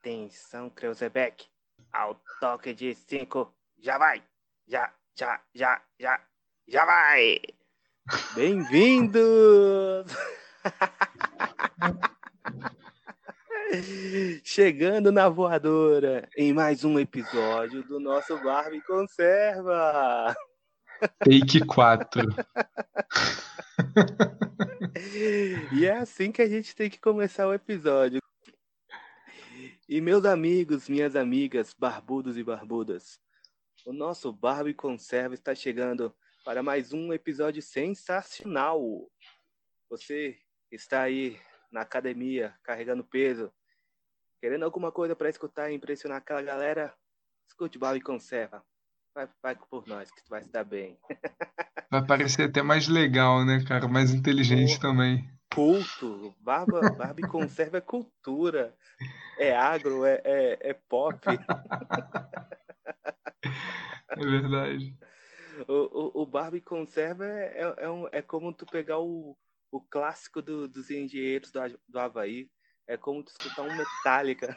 Atenção, Creuzebeck. Ao toque de 5, já vai. Já vai. Bem-vindos. Chegando na voadora em mais um episódio do nosso Barbie Conserva. Take 4. E é assim que a gente tem que começar o episódio. E meus amigos, minhas amigas, barbudos e barbudas, o nosso Barbie Conserva está chegando para mais um episódio sensacional. Você está aí na academia, carregando peso, querendo alguma coisa para escutar e impressionar aquela galera? Escute o Barbie Conserva. Vai por nós, que tu vai se dar bem. Vai parecer até mais legal, né, cara? Mais inteligente também. Culto. Barbie Conserva é cultura. É agro, é pop. É verdade. O Barbie Conserva é como tu pegar o clássico dos engenheiros do Havaí. É como tu escutar um Metallica.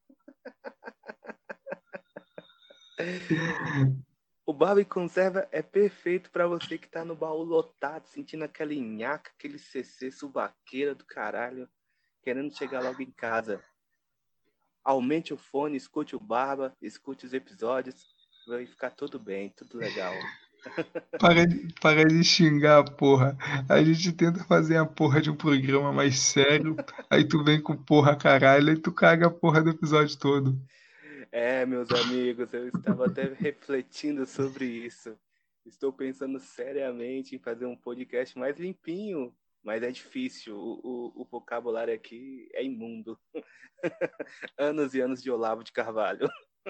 O Barbie Conserva é perfeito pra você que tá no baú lotado, sentindo aquele nhaca, aquele CC subaqueira do caralho, querendo chegar logo em casa. Aumente o fone, escute o Barba, escute os episódios, vai ficar tudo bem, tudo legal. Para de xingar, porra. A gente tenta fazer a porra de um programa mais sério, aí tu vem com porra caralho, aí tu caga a porra do episódio todo. É, meus amigos, eu estava até refletindo sobre isso. Estou pensando seriamente em fazer um podcast mais limpinho, mas é difícil. O vocabulário aqui é imundo. Anos e anos de Olavo de Carvalho.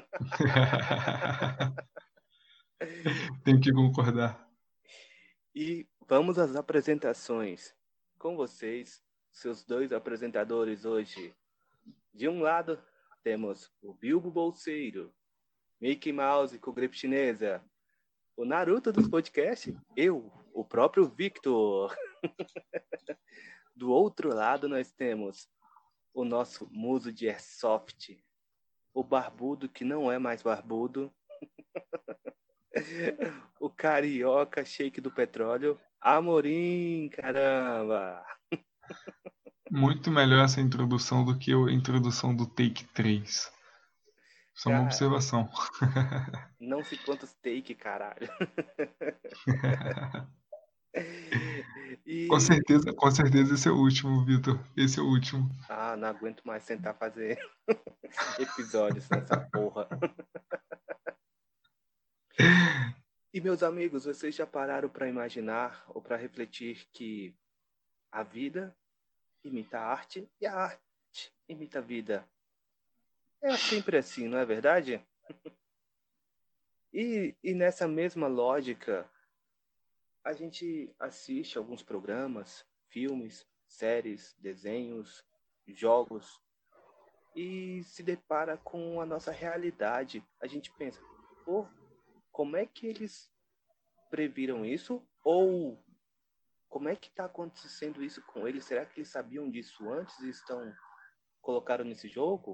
Tenho que concordar. E vamos às apresentações. Com vocês, seus dois apresentadores hoje. De um lado, temos o Bilbo Bolseiro, Mickey Mouse com gripe chinesa, o Naruto dos podcasts, eu, o próprio Victor. Do outro lado, nós temos o nosso muso de Airsoft, o barbudo que não é mais barbudo, o carioca shake do petróleo, Amorim, caramba! Muito melhor essa introdução do que a introdução do Take 3. Só uma Cara, observação. não sei quantos take, caralho. E... Com certeza esse é o último, Vitor. Esse é o último. Ah, não aguento mais sentar fazer episódios nessa porra. E meus amigos, vocês já pararam para imaginar ou para refletir que a vida imita a arte e a arte imita a vida? É sempre assim, não é verdade? E nessa mesma lógica, a gente assiste alguns programas, filmes, séries, desenhos, jogos e se depara com a nossa realidade. A gente pensa, pô, como é que eles previram isso? Ou como é que está acontecendo isso com eles? Será que eles sabiam disso antes e colocaram nesse jogo?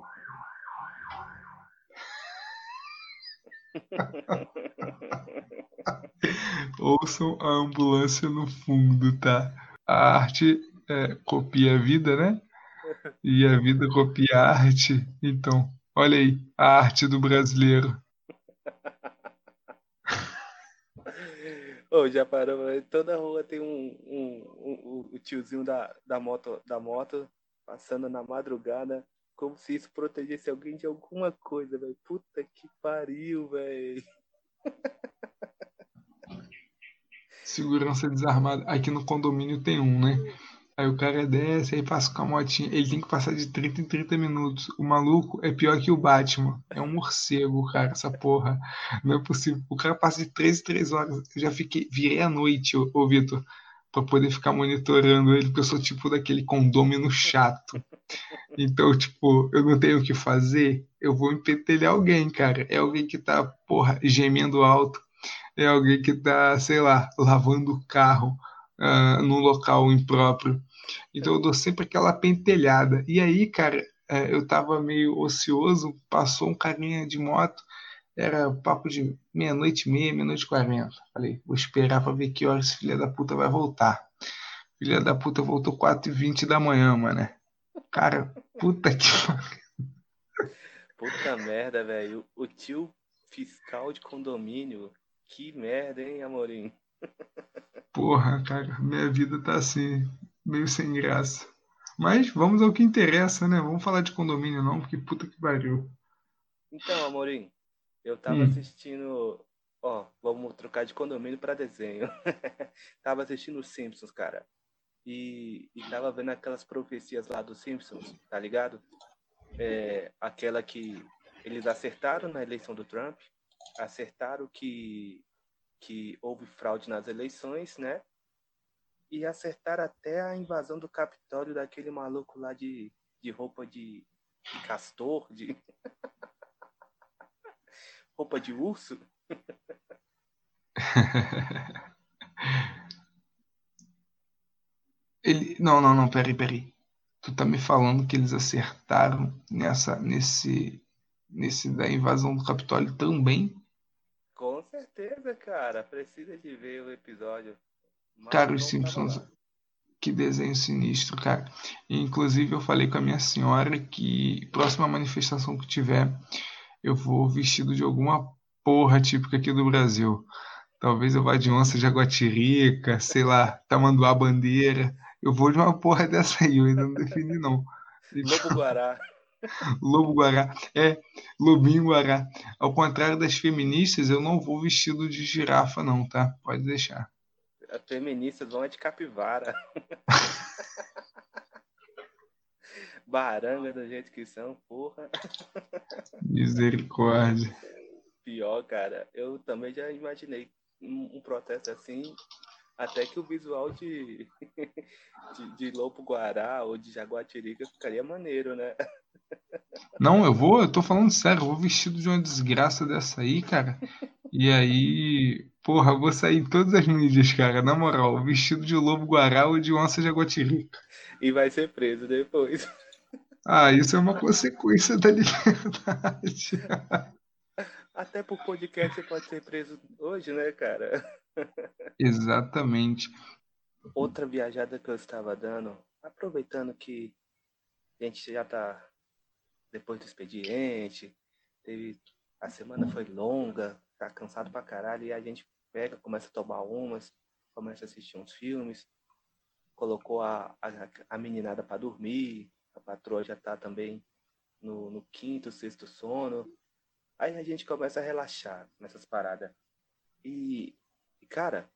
Ouçam a ambulância no fundo, tá? A arte copia a vida, né? E a vida copia a arte. Então, olha aí, a arte do brasileiro. Oh, já parou? Toda rua tem o tiozinho da moto passando na madrugada, como se isso protegesse alguém de alguma coisa, velho. Puta que pariu, velho. Segurança desarmada. Aqui no condomínio tem um, né? Aí o cara desce, aí passa com a motinha. Ele tem que passar de 30 em 30 minutos. O maluco é pior que o Batman. É um morcego, cara, essa porra. Não é possível. O cara passa de 3 em 3 horas. Eu já virei à noite, ô Vitor, pra poder ficar monitorando ele, porque eu sou tipo daquele condômino chato. Então, tipo, eu não tenho o que fazer, eu vou empetelhar alguém, cara. É alguém que tá, porra, gemendo alto. É alguém que tá, sei lá, lavando o carro num local impróprio. Então eu dou sempre aquela pentelhada. E aí, cara, eu tava meio ocioso, passou um carinha de moto, era papo de meia-noite e meia, meia-noite e 40. Falei, vou esperar pra ver que horas esse filho da puta vai voltar. Filha da puta voltou 4h20 da manhã, mano. Cara, puta que Puta merda, velho. O tio fiscal de condomínio. Que merda, hein, Amorim? porra, cara, minha vida tá assim, meio sem graça. Mas vamos ao que interessa, né? Vamos falar de condomínio não, porque puta que pariu. Então, Amorim, eu tava Hum, assistindo. Ó, vamos trocar de condomínio pra desenho. Tava assistindo os Simpsons, cara. E tava vendo aquelas profecias lá dos Simpsons, tá ligado? Aquela que eles acertaram na eleição do Trump, acertaram que houve fraude nas eleições, né? E acertaram até a invasão do Capitólio daquele maluco lá de roupa de castor, de roupa de urso. não, peraí. Tu tá me falando que eles acertaram nesse da invasão do Capitólio também? Com certeza, cara. Precisa de ver o episódio. O Cara, os malucão tava Simpsons, lá. que desenho sinistro, cara. Inclusive, eu falei com a minha senhora que próxima manifestação que tiver, eu vou vestido de alguma porra típica aqui do Brasil. Talvez eu vá de onça jaguatirica, sei lá, tamanduá bandeira. Eu vou de uma porra dessa aí, eu ainda não defini não. Lobo Guará. Lobo Guará. É, Lobinho Guará. Ao contrário das feministas, eu não vou vestido de girafa, não, tá? Pode deixar. As feministas vão é de capivara. Baranga do jeito que são, porra. Misericórdia. Pior, cara. Eu também já imaginei um protesto assim, até que o visual de Lobo Guará ou de Jaguatirica ficaria maneiro, né? Não, eu tô falando sério, eu vou vestido de uma desgraça dessa aí, cara. E aí, porra, eu vou sair em todas as mídias, cara, na moral, vestido de lobo guará ou de onça jaguatirica. E vai ser preso depois. Ah, isso é uma consequência da liberdade. Até por podcast você pode ser preso hoje, né, cara? Exatamente. Outra viajada que eu estava dando, aproveitando que a gente já tá depois do expediente, teve a semana foi longa, tá cansado pra caralho, e a gente pega, começa a tomar umas, começa a assistir uns filmes, colocou a meninada pra dormir, a patroa já tá também no quinto, sexto sono, aí a gente começa a relaxar nessas paradas. E, cara,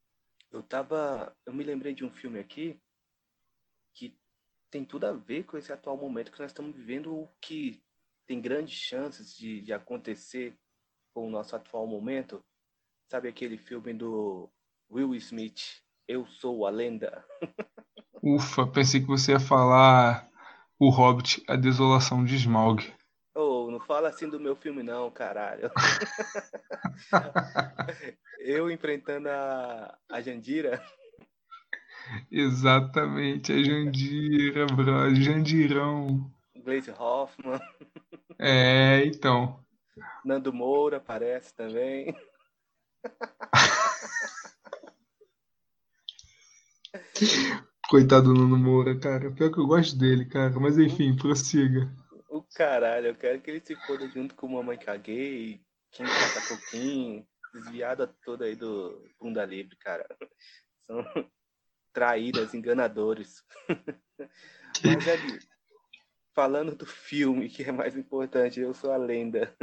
eu me lembrei de um filme aqui que tem tudo a ver com esse atual momento que nós estamos vivendo, o que tem grandes chances de acontecer com o nosso atual momento. Sabe aquele filme do Will Smith, Eu Sou a Lenda? Ufa, pensei que você ia falar O Hobbit, A Desolação de Smaug. Oh, não fala assim do meu filme não, caralho. Eu enfrentando a Jandira, Exatamente, a Jandira, bro, Jandirão. Glaze Hoffman, É, então. Nando Moura aparece também. Coitado do Nuno Moura, cara. Pior que eu gosto dele, cara. Mas O, enfim, prossiga. o caralho, eu quero que ele se foda junto com Mamãe Caguei, Kim Catacoquim, desviada toda aí do Bunda Livre, cara. São traíras, enganadores. Mas ali, falando do filme, que é mais importante, Eu Sou a Lenda.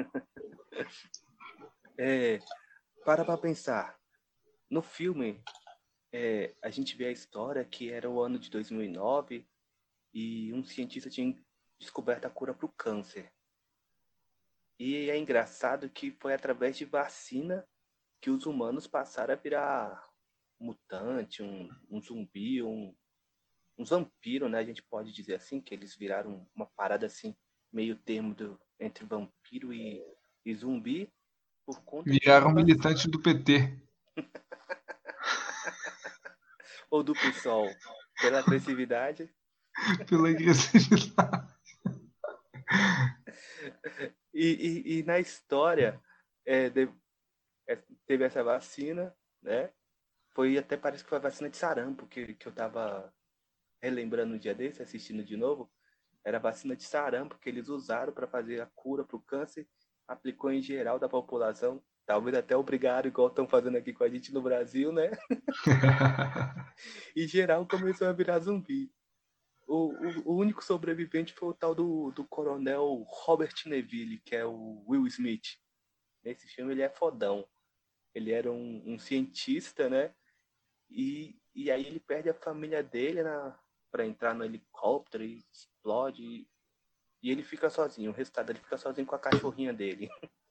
É, pra pensar. No filme, a gente vê a história que era o ano de 2009 e um cientista tinha descoberto a cura para o câncer. E é engraçado que foi através de vacina que os humanos passaram a virar mutante, um zumbi, um vampiro, né? A gente pode dizer assim, que eles viraram uma parada assim, meio termo entre vampiro e zumbi, por conta de Viraram vacina. militante do PT. Ou do PSOL, pela agressividade. Pela agressividade. E na história, teve essa vacina, né? Parece que foi a vacina de sarampo que eu tava relembrando um dia desse, assistindo de novo. Era a vacina de sarampo que eles usaram para fazer a cura para o câncer, aplicou em geral da população, talvez até obrigado, igual estão fazendo aqui com a gente no Brasil, né? E geral começou a virar zumbi. O único sobrevivente foi o tal do coronel Robert Neville, que é o Will Smith. Nesse filme ele é fodão. Ele era um cientista, né? E aí ele perde a família dele para entrar no helicóptero e explode. E ele fica sozinho. O resultado, ele fica sozinho com a cachorrinha dele.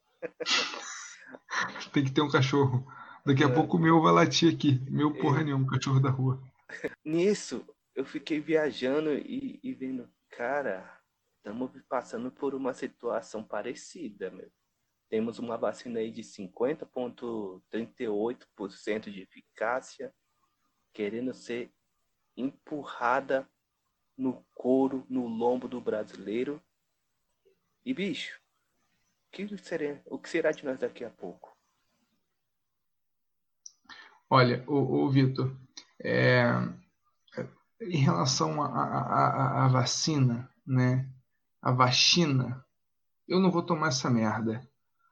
Tem que ter um cachorro. Daqui a pouco o meu vai latir aqui. Meu porra nenhuma, cachorro da rua. Nisso, eu fiquei viajando e vendo, cara, estamos passando por uma situação parecida, meu. Temos uma vacina aí de 50,38% de eficácia, querendo ser empurrada no couro, no lombo do brasileiro. E, bicho, o que será de nós daqui a pouco? Olha, o Vitor, em relação à vacina, né? A vacina, eu não vou tomar essa merda.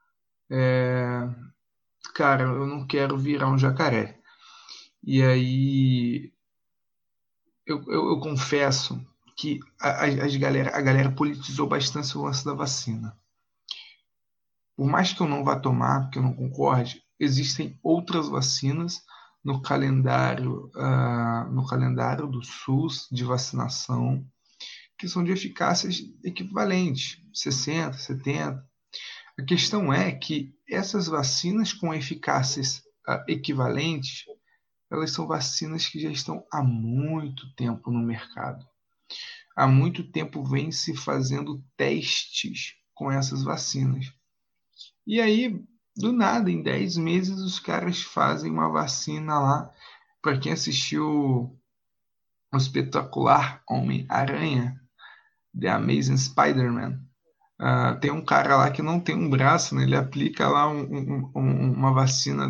Cara, eu não quero virar um jacaré. E aí, eu confesso que a galera politizou bastante o lance da vacina. Por mais que eu não vá tomar, que eu não concorde, existem outras vacinas no calendário do SUS de vacinação que são de eficácias equivalentes, 60, 70. A questão é que essas vacinas com eficácias equivalentes, elas são vacinas que já estão há muito tempo no mercado. Há muito tempo vem se fazendo testes com essas vacinas. E aí, do nada, em 10 meses, os caras fazem uma vacina lá. Para quem assistiu o espetacular Homem-Aranha, The Amazing Spider-Man, tem um cara lá que não tem um braço, né? Ele aplica lá uma vacina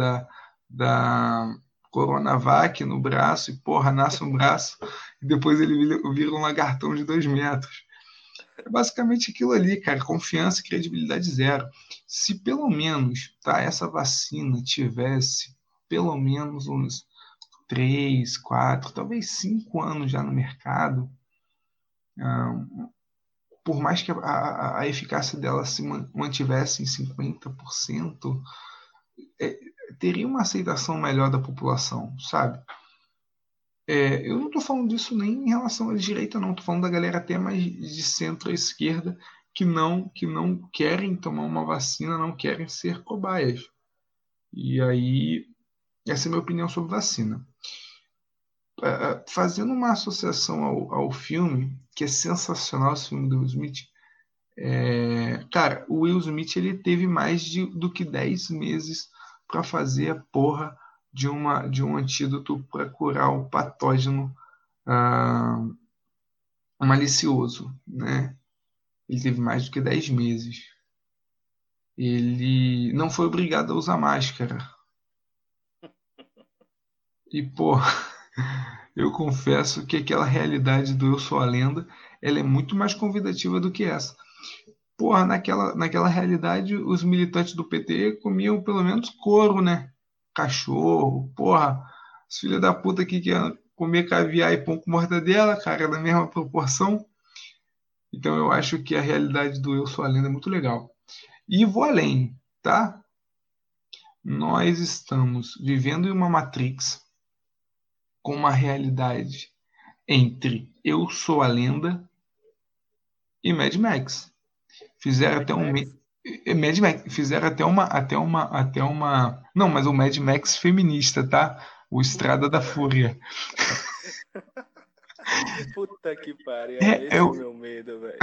da Coronavac no braço e, porra, nasce um braço e depois ele vira um lagartão de 2 metros. É basicamente aquilo ali, cara, confiança e credibilidade zero. Se pelo menos, tá, essa vacina tivesse pelo menos uns 3, 4, talvez 5 anos já no mercado, por mais que a eficácia dela se mantivesse em 50%, teria uma aceitação melhor da população, sabe? Eu não estou falando disso nem em relação à direita, não. Estou falando da galera até mais de centro à esquerda que não querem tomar uma vacina, não querem ser cobaias. E aí, essa é a minha opinião sobre vacina. Fazendo uma associação ao filme, que é sensacional, esse filme do Will Smith. Cara, o Will Smith ele teve mais do que 10 meses para fazer a porra de um antídoto para curar o patógeno malicioso, né? Ele teve mais do que 10 meses. Ele não foi obrigado a usar máscara. E, pô, eu confesso que aquela realidade do Eu Sou a Lenda, ela é muito mais convidativa do que essa. Porra, naquela realidade, os militantes do PT comiam pelo menos couro, né? Cachorro, porra. Os filhos da puta que querem comer caviar e pão com mortadela, cara, na mesma proporção. Então eu acho que a realidade do Eu Sou a Lenda é muito legal. E vou além, tá? Nós estamos vivendo em uma Matrix com uma realidade entre Eu Sou a Lenda e Mad Max. Fizeram até um Mad Max, fizeram até uma. Não, mas o Mad Max feminista, tá? O Estrada da Fúria. Puta que pariu, esse é o meu medo, velho.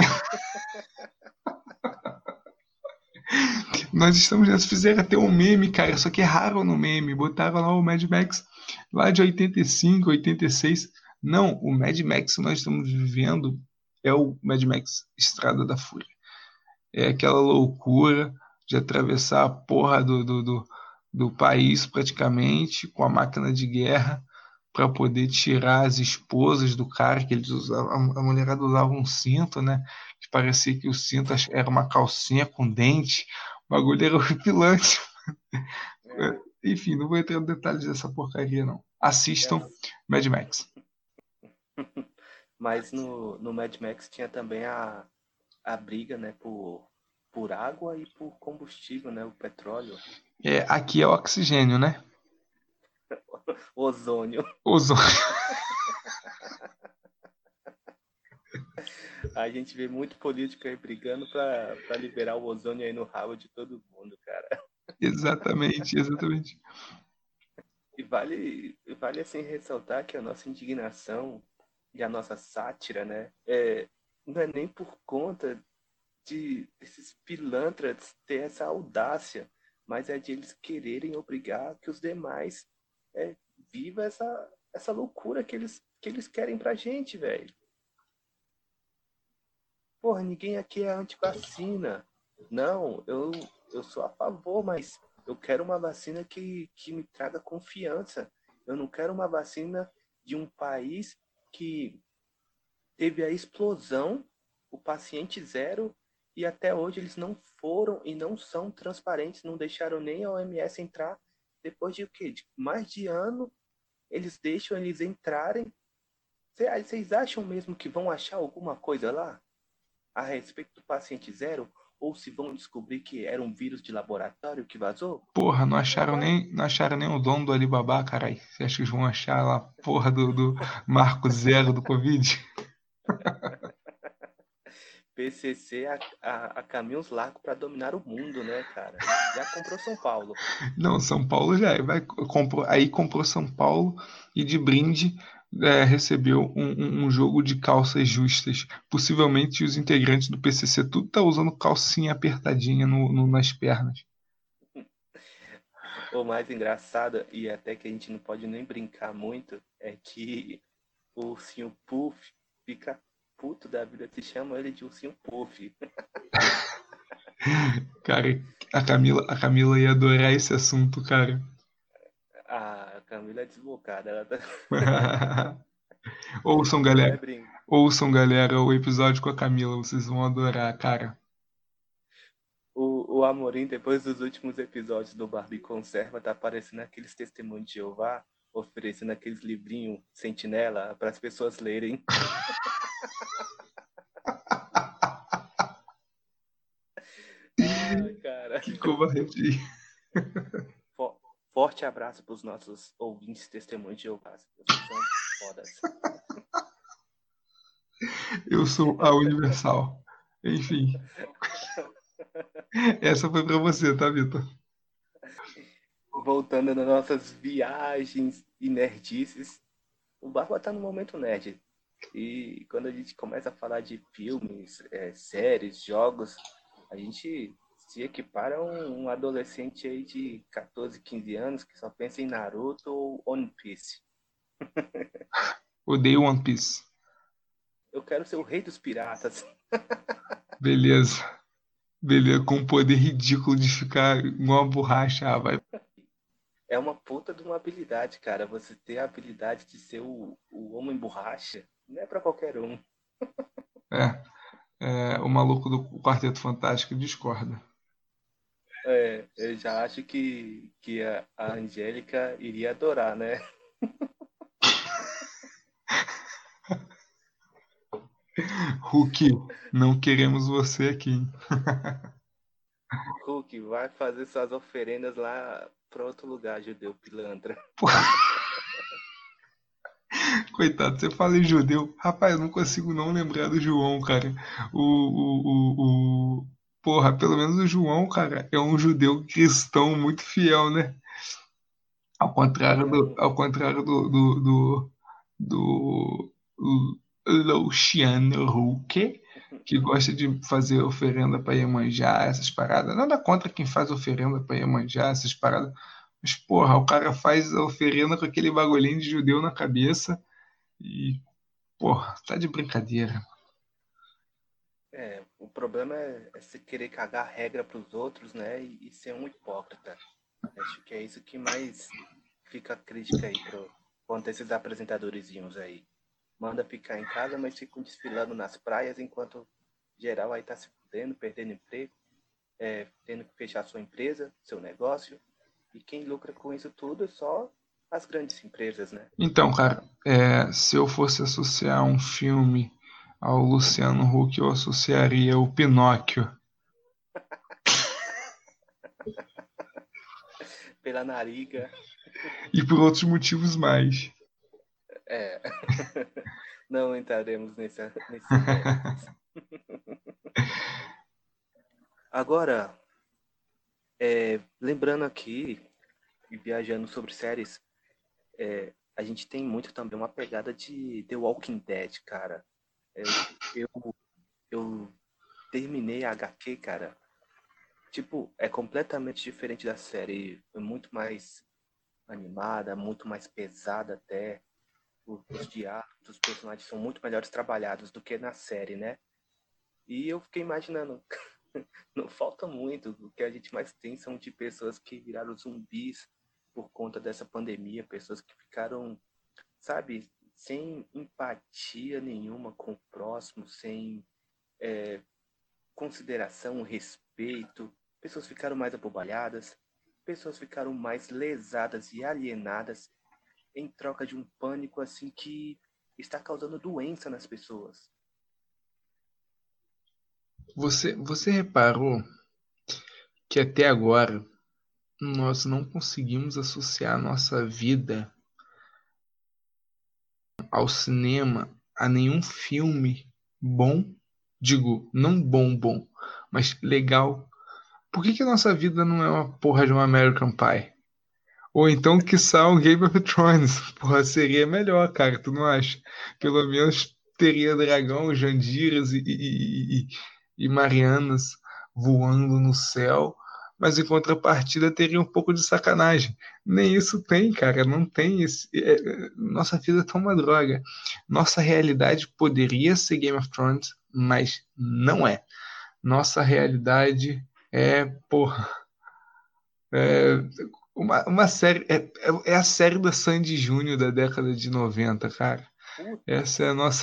Nós fizeram até um meme, cara, só que erraram no meme, botaram lá o Mad Max lá de 85, 86. Não, o Mad Max que nós estamos vivendo é o Mad Max Estrada da Fúria. É aquela loucura de atravessar a porra do país praticamente com a máquina de guerra para poder tirar as esposas do cara, que eles usavam, a mulherada usava um cinto, né? Que parecia que o cinto era uma calcinha com dente. O bagulho era horripilante. É, Enfim, não vou entrar em detalhes dessa porcaria, não. é Assistam assim. Mad Max. Mas no Mad Max tinha também a briga, né, por água e por combustível, né, o petróleo, Aqui é oxigênio, né? ozônio. Ozônio. A gente vê muito político aí brigando pra liberar o ozônio aí no rabo de todo mundo, cara. Exatamente, exatamente. E vale assim ressaltar que a nossa indignação e a nossa sátira, né, não é nem por conta desses pilantras ter essa audácia, mas é de eles quererem obrigar que os demais é, viva essa loucura que eles querem pra gente, velho. Porra, ninguém aqui é anti-vacina. Não, eu sou a favor, mas eu quero uma vacina que me traga confiança. Eu não quero uma vacina de um país que teve a explosão, o paciente zero, e até hoje eles não foram e não são transparentes, não deixaram nem a OMS entrar. Depois de o quê? De mais de ano, eles deixam eles entrarem. Vocês acham mesmo que vão achar alguma coisa lá a respeito do paciente zero? Ou se vão descobrir que era um vírus de laboratório que vazou? Porra, Não vai. não acharam nem o dono do Alibaba, caralho. Você acha que eles vão achar lá, porra do Marco Zero do Covid? PCC a caminhos largos para dominar o mundo, né, cara? Já comprou São Paulo. Não, São Paulo já aí comprou São Paulo e de brinde recebeu um jogo de calças justas. Possivelmente os integrantes do PCC tudo tá usando calcinha apertadinha nas pernas. O mais engraçado, e até que a gente não pode nem brincar muito, é que o ursinho Puff fica puto da vida, se chama ele de ursinho Puff. Cara, a Camila ia adorar esse assunto, cara. A Camila é desbocada, ela tá... Ouçam, não é galera. brinco. Ouçam, galera, o episódio com a Camila. Vocês vão adorar, cara. O Amorim, depois dos últimos episódios do Barbie Conserva, tá aparecendo aqueles testemunhos de Jeová, oferecendo aqueles livrinhos sentinela para as pessoas lerem. Ai, cara. Que covardia. Forte abraço para os nossos ouvintes testemunhos de Jeová. Vocês são fodas. Eu sou a Universal. Enfim, essa foi pra você, tá, Vitor? Voltando nas nossas viagens e nerdices, o Barba tá no momento nerd. E quando a gente começa a falar de filmes, séries, jogos, a gente se equipara a um adolescente aí de 14, 15 anos que só pensa em Naruto ou One Piece. Odeio One Piece. Eu quero ser o rei dos piratas. Beleza. Beleza, com o poder ridículo de ficar igual uma borracha. Ah, vai. É uma puta de uma habilidade, cara. Você ter a habilidade de ser o homem borracha não é pra qualquer um. O maluco do Quarteto Fantástico discorda. Eu já acho que a Angélica iria adorar, né? Hulk, não queremos você aqui. Hulk, vai fazer suas oferendas lá pra outro lugar, judeu pilantra. Coitado, você fala em judeu. Rapaz, eu não consigo não lembrar do João, cara. Porra, pelo menos o João, cara, é um judeu cristão muito fiel, né? Ao contrário do, Não, ao contrário do Luciano Huck, que gosta de fazer oferenda para Iemanjá, essas paradas. Nada contra quem faz oferenda para Iemanjá, essas paradas. Mas, porra, o cara faz a oferenda com aquele bagulhinho de judeu na cabeça e, porra, tá de brincadeira. O problema é você querer cagar regra para os outros, né? E ser um hipócrita. Acho que é isso que mais fica a crítica aí quanto a esses apresentadorzinhos aí. Manda ficar em casa, mas ficam desfilando nas praias, enquanto geral aí tá se fudendo, perdendo emprego, tendo que fechar sua empresa, seu negócio. E quem lucra com isso tudo é só as grandes empresas, né? Então, cara, se eu fosse associar um filme ao Luciano Huck, eu associaria o Pinóquio. Pela nariga. E por outros motivos mais. É. Não entraremos nesse mérito. Agora, lembrando aqui, e viajando sobre séries, a gente tem muito também uma pegada de The Walking Dead, cara. Eu terminei a HQ, cara. Tipo, é completamente diferente da série. É muito mais animada, muito mais pesada até. Os diálogos dos personagens são muito melhores trabalhados do que na série, né? E eu fiquei imaginando, não falta muito. O que a gente mais tem são de pessoas que viraram zumbis por conta dessa pandemia, pessoas que ficaram, sabe, sem empatia nenhuma com o próximo, sem consideração, respeito. Pessoas ficaram mais abobalhadas, pessoas ficaram mais lesadas e alienadas em troca de um pânico assim que está causando doença nas pessoas. Você reparou que até agora nós não conseguimos associar nossa vida ao cinema, a nenhum filme bom, digo, não bom, mas legal. Por que a nossa vida não é uma porra de um American Pie? Ou então, quiçá, um Game of Thrones. Porra, seria melhor, cara, tu não acha? Pelo menos teria dragão, Jandiras e Marianas voando no céu, mas em contrapartida teria um pouco de sacanagem. Nem isso tem, cara, não tem esse. Nossa vida tá uma droga. Nossa realidade poderia ser Game of Thrones, mas não é. Nossa realidade porra. É, uma série. É a série da Sandy Júnior da década de 90, cara. Puta. Essa é a nossa.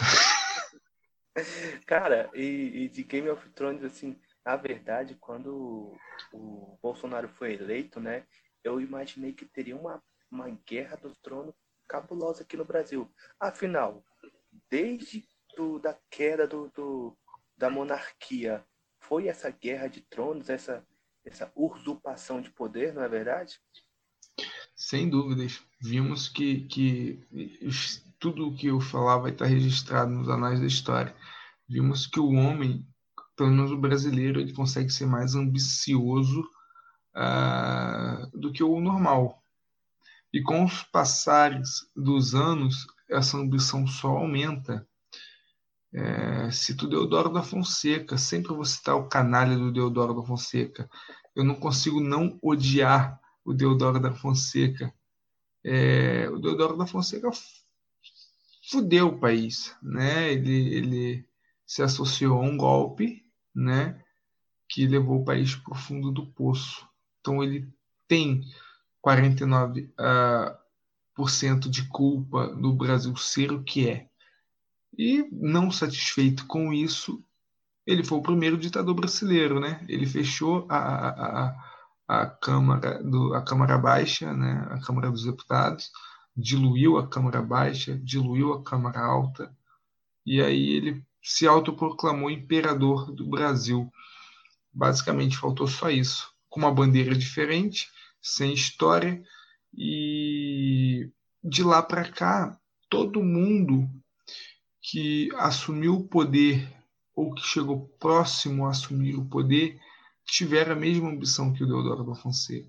Cara, e de Game of Thrones, assim, na verdade, quando o Bolsonaro foi eleito, né, eu imaginei que teria uma guerra do trono cabulosa aqui no Brasil. Afinal, desde da queda da monarquia, foi essa guerra de tronos, essa usurpação de poder, não é verdade? Sem dúvidas. Vimos que tudo o que eu falar vai estar registrado nos anais da história. Vimos que o homem, pelo menos o brasileiro, ele consegue ser mais ambicioso do que o normal. E com os passares dos anos, essa ambição só aumenta. Cito Deodoro da Fonseca, sempre vou citar o canalha do Deodoro da Fonseca. Eu não consigo não odiar o Deodoro da Fonseca. O Deodoro da Fonseca fudeu o país, né? Ele se associou a um golpe, né? Que levou o país para o fundo do poço. Então ele tem 49% de culpa no Brasil ser o que é. E não satisfeito com isso, ele foi o primeiro ditador brasileiro, né? Ele fechou a a Câmara Baixa, né? A Câmara dos Deputados, diluiu a Câmara Baixa, diluiu a Câmara Alta, e aí ele se autoproclamou imperador do Brasil. Basicamente faltou só isso, com uma bandeira diferente, sem história, e de lá para cá, todo mundo que assumiu o poder ou que chegou próximo a assumir o poder tiveram a mesma ambição que o Deodoro da Fonseca.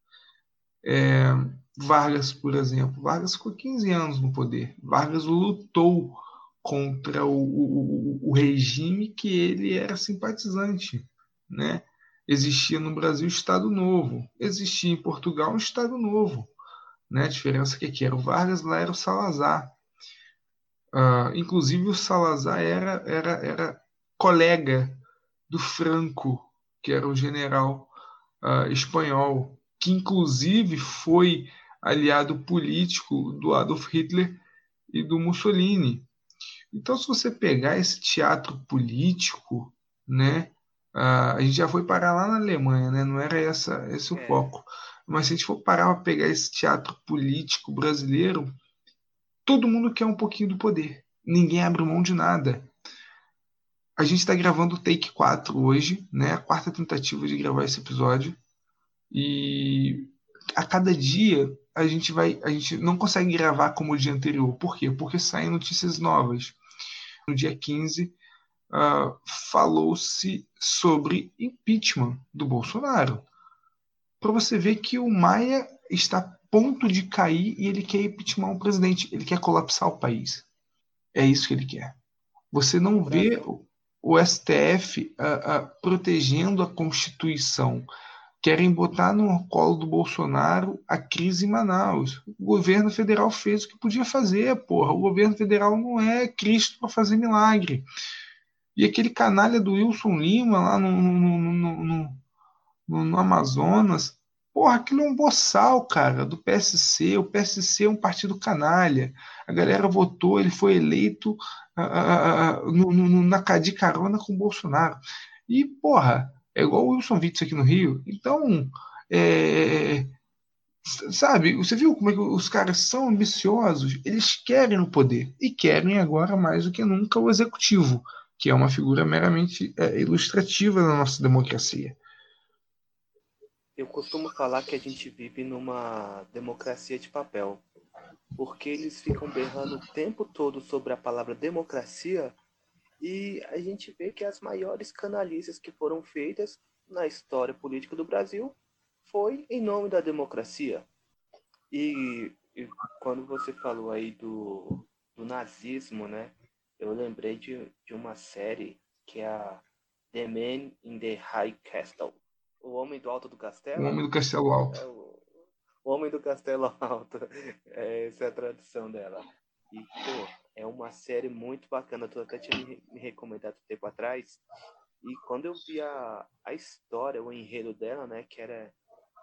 Vargas, por exemplo, Vargas ficou 15 anos no poder. Vargas lutou contra o regime que ele era simpatizante, né? Existia no Brasil Estado Novo, existia em Portugal um Estado Novo, né? A diferença é que aqui era o Vargas, lá era o Salazar. Inclusive o Salazar era colega do Franco, que era o general espanhol, que inclusive foi aliado político do Adolf Hitler e do Mussolini. Então, se você pegar esse teatro político, né, a gente já foi parar lá na Alemanha, né, não era esse o foco. Mas se a gente for parar para pegar esse teatro político brasileiro, todo mundo quer um pouquinho do poder. Ninguém abre mão de nada. A gente está gravando o Take 4 hoje, né, a quarta tentativa de gravar esse episódio. E a cada dia a gente não consegue gravar como o dia anterior. Por quê? Porque saem notícias novas. No dia 15, falou-se sobre impeachment do Bolsonaro. Para você ver que o Maia está a ponto de cair e ele quer impeachment o presidente. Ele quer colapsar o país. É isso que ele quer. Você não vê o STF protegendo a Constituição. Querem botar no colo do Bolsonaro a crise em Manaus. O governo federal fez o que podia fazer, porra. O governo federal não é Cristo para fazer milagre. E aquele canalha do Wilson Lima lá no Amazonas, porra, aquilo é um boçal, cara, do PSC. O PSC é um partido canalha. A galera votou, ele foi eleito de carona com o Bolsonaro. E, porra, é igual o Wilson Witts aqui no Rio. Então, sabe, você viu como é que os caras são ambiciosos? Eles querem o poder. E querem agora mais do que nunca o executivo, que é uma figura meramente ilustrativa da nossa democracia. Eu costumo falar que a gente vive numa democracia de papel, porque eles ficam berrando o tempo todo sobre a palavra democracia e a gente vê que as maiores canalices que foram feitas na história política do Brasil foi em nome da democracia. E quando você falou aí do nazismo, né? Eu lembrei de uma série que é a The Man in the High Castle. O Homem do Alto do O Castelo? Homem do Castelo Alto. O Homem do Castelo Alto. Essa é a tradução dela. E, pô, é uma série muito bacana. Tu até tinha me recomendado um tempo atrás. E quando eu vi a história, o enredo dela, né? Que é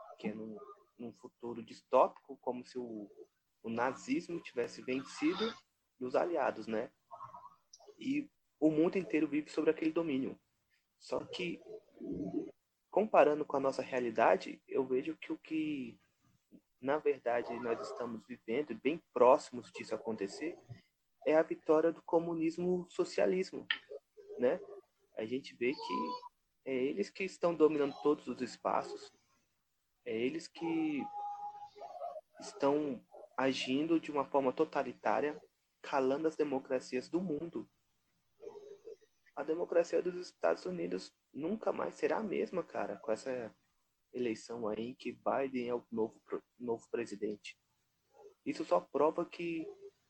num futuro distópico, como se o nazismo tivesse vencido e os aliados, né? E o mundo inteiro vive sobre aquele domínio. Só que, comparando com a nossa realidade, eu vejo que o que, na verdade, nós estamos vivendo, bem próximos disso acontecer, é a vitória do comunismo socialismo, né? A gente vê que é eles que estão dominando todos os espaços, é eles que estão agindo de uma forma totalitária, calando as democracias do mundo. A democracia dos Estados Unidos nunca mais será a mesma, cara, com essa eleição aí que Biden é o novo presidente. Isso só prova que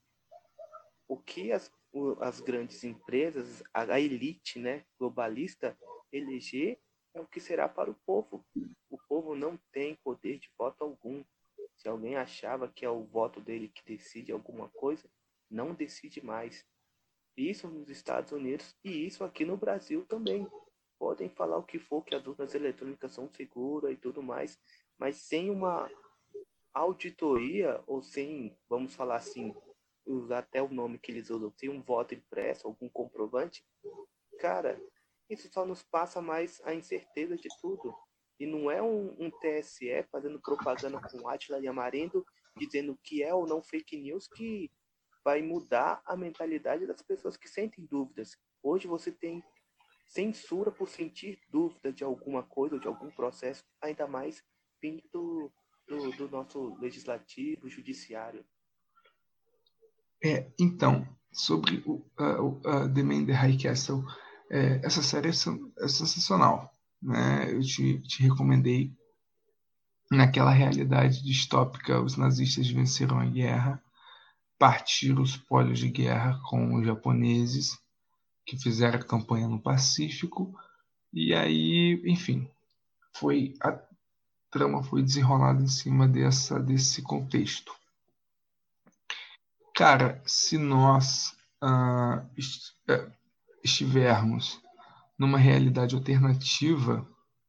o que as grandes empresas, a elite, né, globalista, eleger é o que será para o povo. O povo não tem poder de voto algum. Se alguém achava que é o voto dele que decide alguma coisa, não decide mais. Isso nos Estados Unidos e isso aqui no Brasil também. Podem falar o que for, que as urnas eletrônicas são seguras e tudo mais, mas sem uma auditoria ou sem, vamos falar assim, usar até o nome que eles usam, sem um voto impresso, algum comprovante, cara, isso só nos passa mais a incerteza de tudo. E não é um TSE fazendo propaganda com Átila e Amarendo, dizendo que é ou não fake news, que vai mudar a mentalidade das pessoas que sentem dúvidas. Hoje você tem censura por sentir dúvida de alguma coisa ou de algum processo, ainda mais vindo do nosso legislativo, judiciário. Então, sobre The Man in the High Castle, essa série é sensacional. Né? Eu te recomendei. Naquela realidade distópica, os nazistas venceram a guerra, partiram os polos de guerra com os japoneses, que fizeram a campanha no Pacífico, e aí, enfim, a trama foi desenrolada em cima desse contexto. Cara, se nós estivermos numa realidade alternativa,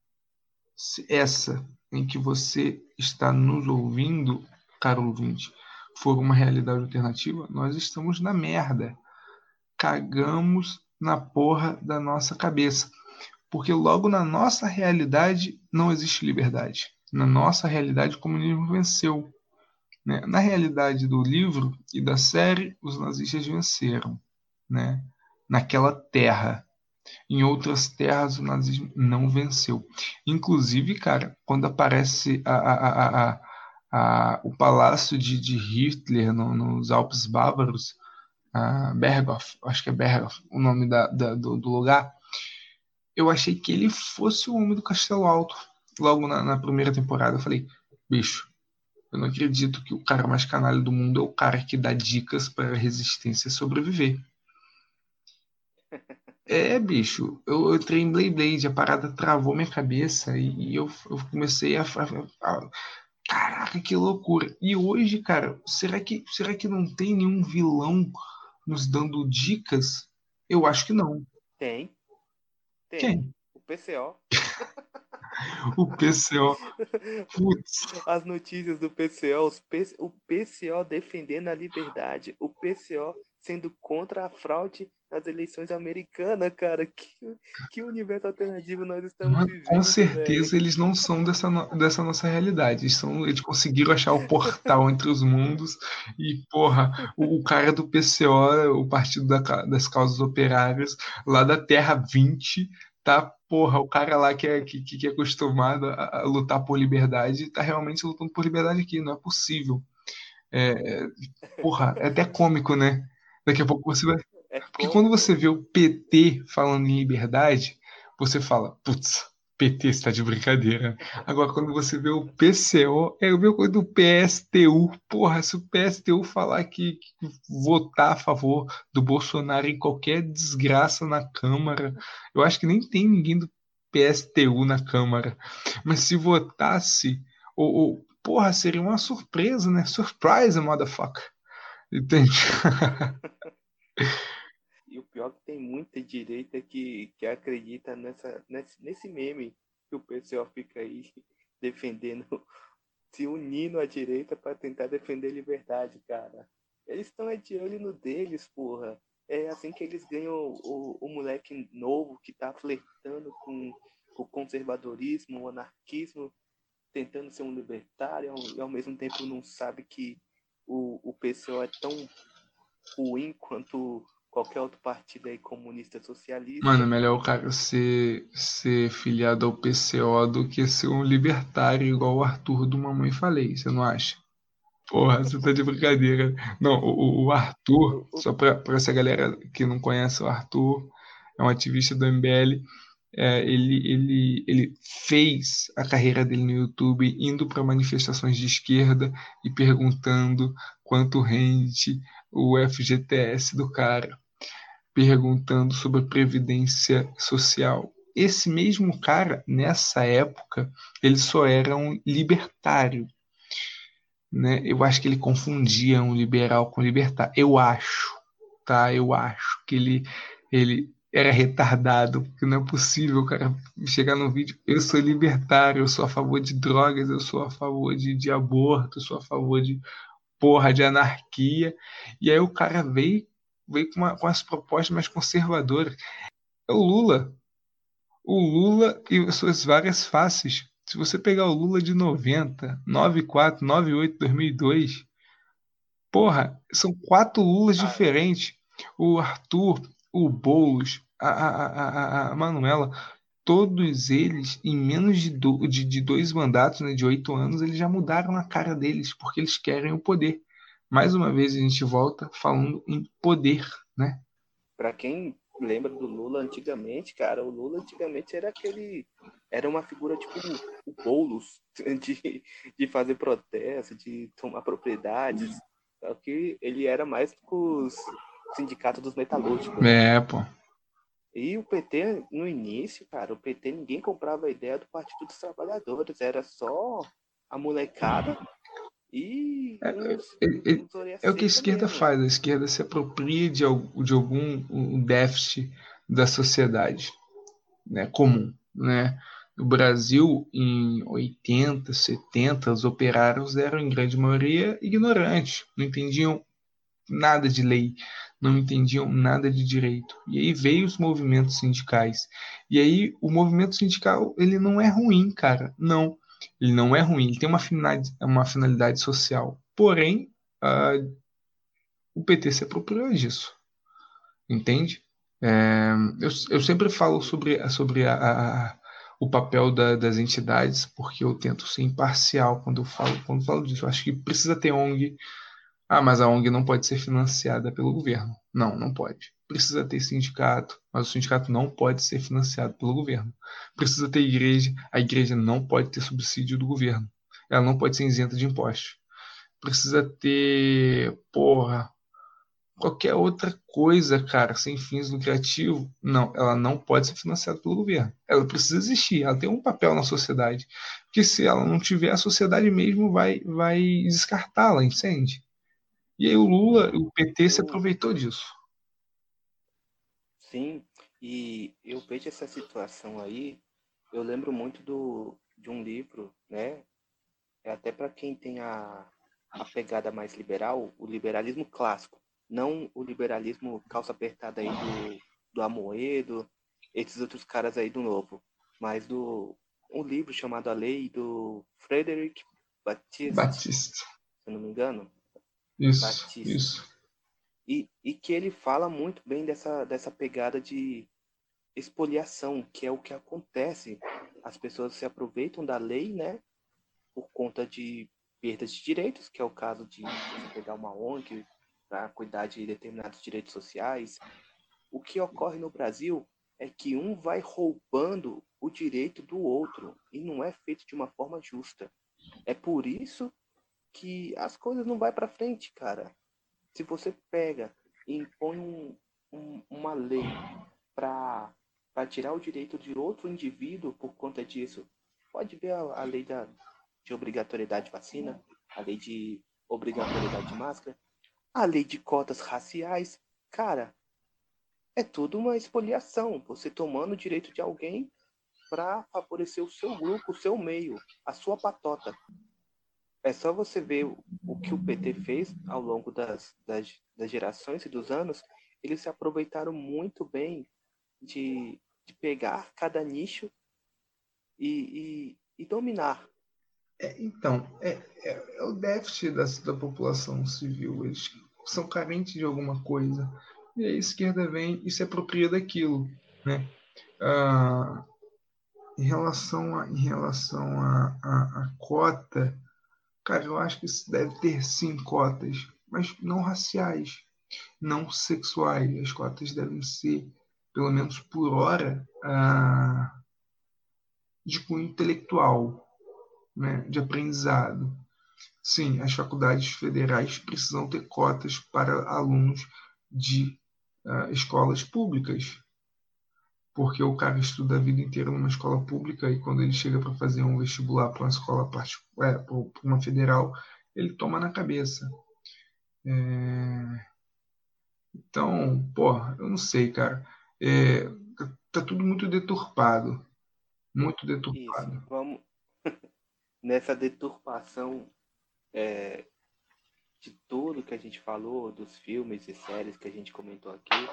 essa em que você está nos ouvindo, caro ouvinte, for uma realidade alternativa, nós estamos na merda. Cagamos na porra da nossa cabeça. Porque logo na nossa realidade não existe liberdade. Na nossa realidade o comunismo venceu. Né? Na realidade do livro e da série, os nazistas venceram. Né? Naquela terra. Em outras terras o nazismo não venceu. Inclusive, cara, quando aparece o palácio de Hitler nos Alpes Bávaros, Berghof, acho que é Berghof o nome do lugar, eu achei que ele fosse o homem do Castelo Alto. Logo na primeira temporada, eu falei, bicho, eu não acredito que o cara mais canalha do mundo é o cara que dá dicas para a resistência sobreviver. Bicho, eu entrei em Blade, a parada travou minha cabeça e eu comecei Caraca, que loucura. E hoje, cara, será que não tem nenhum vilão nos dando dicas? Eu acho que não. Tem. Quem? O PCO. O PCO. Putz. As notícias do PCO, o PCO defendendo a liberdade, o PCO sendo contra a fraude nas eleições americanas, cara. Que universo alternativo nós estamos Com vivendo, velho. certeza eles não são dessa nossa realidade. Eles conseguiram achar o portal entre os mundos e, porra, o cara do PCO, o Partido das Causas Operárias, lá da Terra 20, tá, porra, o cara lá que é acostumado a lutar por liberdade, tá realmente lutando por liberdade aqui, não é possível. Porra, é até cômico, né? Daqui a pouco você vai. É Porque quando cômico. você vê o PT falando em liberdade, você fala, putz, PT está de brincadeira. Agora, quando você vê o PCO, é a mesma coisa do PSTU. Porra, se o PSTU falar que votar a favor do Bolsonaro em qualquer desgraça na Câmara, eu acho que nem tem ninguém do PSTU na Câmara. Mas se votasse, porra, seria uma surpresa, né? Surprise, motherfucker. Entende? E o pior é que tem muita direita que acredita nesse meme que o pessoal fica aí defendendo, se unindo à direita para tentar defender liberdade, cara. Eles estão de olho no deles, porra. É assim que eles ganham o moleque novo que tá flertando com o conservadorismo, o anarquismo, tentando ser um libertário e ao mesmo tempo não sabe que o PCO é tão ruim quanto qualquer outro partido aí comunista Mano, é socialista. melhor o cara ser filiado ao PCO do que ser um libertário igual o Arthur do Mamãe Falei, você não acha? Porra, você tá de brincadeira. Não, o Arthur, O, só pra essa galera que não conhece o Arthur, é um ativista do MBL. Ele fez a carreira dele no YouTube indo para manifestações de esquerda e perguntando quanto rende o FGTS do cara, perguntando sobre previdência social. Esse mesmo cara, nessa época, ele só era um libertário, né? Eu acho que ele confundia um liberal com libertário. Eu acho, tá? Eu acho que ele era retardado, porque não é possível o cara chegar no vídeo, eu sou libertário, eu sou a favor de drogas, eu sou a favor de aborto, eu sou a favor de porra, de anarquia. E aí o cara veio com as propostas mais conservadoras. É o Lula. O Lula e suas várias faces. Se você pegar o Lula de 90, 94, 98, 2002, porra, são 4 Lulas a, diferentes. O Arthur, o Boulos, a Manuela, todos eles, em menos de 2 mandatos, né, de 8 anos, eles já mudaram a cara deles, porque eles querem o poder. Mais uma vez a gente volta falando em poder, né? Pra quem lembra do Lula antigamente, cara, o Lula antigamente era aquele. Era uma figura tipo o Boulos, de fazer protesto, de tomar propriedades. Só que ele era mais com os sindicatos dos metalúrgicos, né? Pô. E o PT, no início, cara, o PT ninguém comprava a ideia do Partido dos Trabalhadores, era só a molecada e É, uns orelha é o que a seca esquerda mesmo. faz. A esquerda se apropria de algum um déficit da sociedade. né, comum, né? No Brasil, em 80, 70, os operários eram, em grande maioria, ignorantes, não entendiam nada de lei, não entendiam nada de direito. E aí veio os movimentos sindicais. E aí o movimento sindical, ele não é ruim, cara. Não, ele não é ruim. Ele tem uma finalidade social. Porém, o PT se apropriou disso, entende? Eu sempre falo Sim, sobre o papel das entidades, porque eu tento ser imparcial quando falo disso. Eu acho que precisa ter ONG. Ah, mas a ONG não pode ser financiada pelo governo. Não, não pode. Precisa ter sindicato, mas o sindicato não pode ser financiado pelo governo. Precisa ter igreja, a igreja não pode ter subsídio do governo. Ela não pode ser isenta de impostos. Precisa ter, porra, qualquer outra coisa, cara, sem fins lucrativos. Não, ela não pode ser financiada pelo governo. Ela precisa existir, ela tem um papel na sociedade. Porque se ela não tiver, a sociedade mesmo vai descartá-la, entende? E aí o Lula, sim. o PT se Eu, aproveitou disso. sim, e eu vejo essa situação aí, eu lembro muito de um livro, né? É até para quem tem a pegada mais liberal, o liberalismo clássico, não o liberalismo calça apertada aí do Amoedo, esses outros caras aí do novo, mas do um livro chamado A Lei do Frederic Batiste, se Batista. eu não me engano, Isso, Batiste. isso. E que ele fala muito bem dessa pegada de expoliação, que é o que acontece. As pessoas se aproveitam da lei, né, por conta de perdas de direitos, que é o caso de você pegar uma ONG para cuidar de determinados direitos sociais. O que ocorre no Brasil é que um vai roubando o direito do outro e não é feito de uma forma justa. É por isso que as coisas não vai para frente, cara. Se você pega e impõe uma lei para tirar o direito de outro indivíduo por conta disso, pode ver a lei de obrigatoriedade de vacina, a lei de obrigatoriedade de máscara, a lei de cotas raciais. Cara, é tudo uma expoliação. Você tomando o direito de alguém para favorecer o seu grupo, o seu meio, a sua patota. É só você ver o que o PT fez ao longo das gerações e dos anos. Eles se aproveitaram muito bem de pegar cada nicho e dominar. Então, é o déficit da população civil. Eles são carentes de alguma coisa. E a esquerda vem e se apropria daquilo, né? Ah, em relação à cota, cara, eu acho que isso deve ter sim cotas, mas não raciais, não sexuais. As cotas devem ser, pelo menos por hora, de cunho intelectual, né, de aprendizado. Sim, as faculdades federais precisam ter cotas para alunos de escolas públicas, porque o cara estuda a vida inteira numa escola pública e quando ele chega para fazer um vestibular para uma escola particular, para uma federal, ele toma na cabeça. Então, porra, eu não sei, cara. Tá tudo muito deturpado, muito Isso. deturpado. Vamos nessa deturpação de tudo que a gente falou, dos filmes e séries que a gente comentou aqui.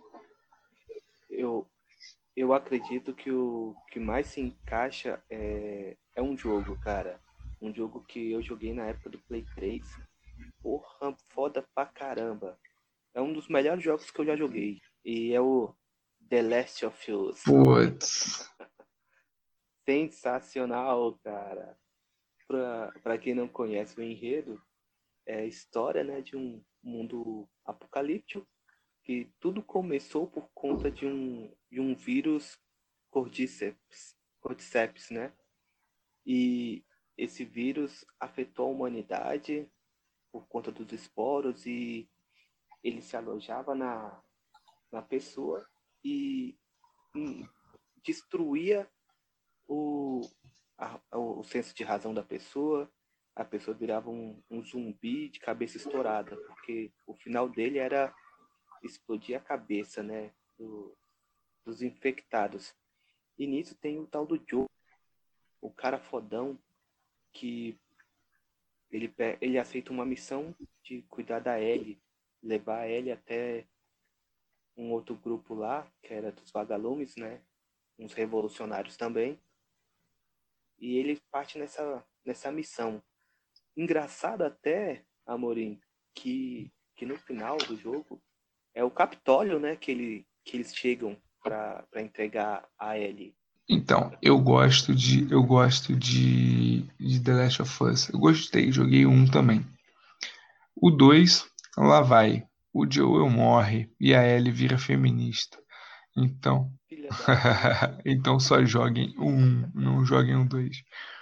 Eu, eu acredito que o que mais se encaixa é um jogo, cara. Um jogo que eu joguei na época do Play 3. Porra, foda pra caramba. É um dos melhores jogos que eu já joguei. E é o The Last of Us. Putz, Sensacional, cara. Pra quem não conhece o enredo, é a história, né, de um mundo apocalíptico que tudo começou por conta de um vírus cordyceps, né? E esse vírus afetou a humanidade por conta dos esporos e ele se alojava na pessoa e destruía o, o senso de razão da pessoa. A pessoa virava um zumbi de cabeça estourada, porque o final dele era explodir a cabeça, né, dos infectados. E nisso tem o tal do Joe, o cara fodão, que ele aceita uma missão de cuidar da Ellie, levar a Ellie até um outro grupo lá, que era dos vagalumes, né? Uns revolucionários também. E ele parte nessa missão. Engraçado até, Amorim, que no final do jogo é o Capitólio, né? Que eles chegam para entregar a Ellie. Então, eu gosto de The Last of Us. Eu gostei, joguei um também. O 2, lá vai. O Joel morre e a Ellie vira feminista. Então, Filha da puta. então só joguem o 1, não joguem o 2.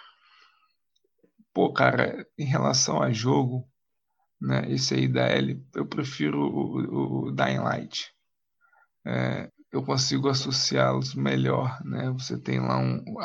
Pô, cara, em relação a jogo, né, esse aí da Ellie, eu prefiro o Dying Light. Eu consigo associá-los melhor, né? Você tem lá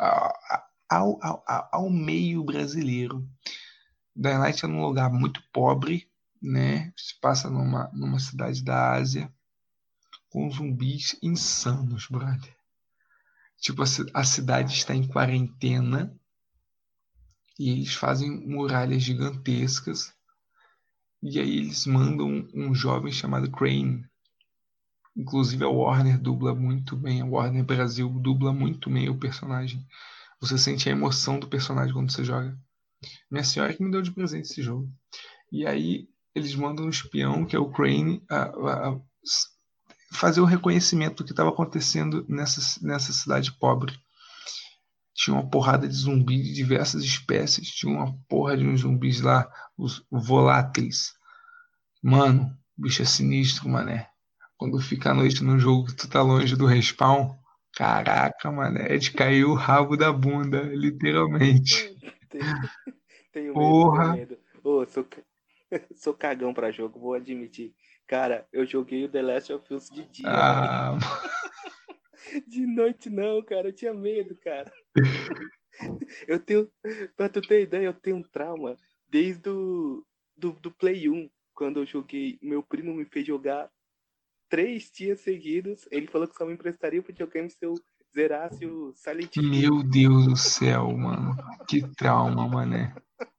ao meio brasileiro. Dying Light é num lugar muito pobre, né? Se passa numa cidade da Ásia com zumbis insanos, brother. Tipo, a cidade está em quarentena e eles fazem muralhas gigantescas. E aí eles mandam um jovem chamado Crane. Inclusive a Warner dubla muito bem, a Warner Brasil dubla muito bem o personagem. Você sente a emoção do personagem quando você joga. Minha senhora que me deu de presente esse jogo. E aí eles mandam um espião, que é o Crane, a fazer o reconhecimento do que estava acontecendo nessa cidade pobre. Tinha uma porrada de zumbis de diversas espécies. Tinha uma porra de uns zumbis lá, os voláteis. Mano, o bicho é sinistro, mané. Quando fica à noite num jogo que tu tá longe do respawn, caraca, mané, é de cair o rabo da bunda, literalmente. Tenho medo, tenho Porra! medo. Ô, sou cagão pra jogo, vou admitir. Cara, eu joguei o The Last of Us de dia, velho. Ah, De noite não, cara. Eu tinha medo, cara. Eu tenho. Pra tu ter ideia, eu tenho um trauma desde do Play 1. Quando eu joguei. Meu primo me fez jogar 3 dias seguidos. Ele falou que só me emprestaria o videogame se eu zerasse o Silent Hill. meu Deus do céu, mano. Que trauma, mané.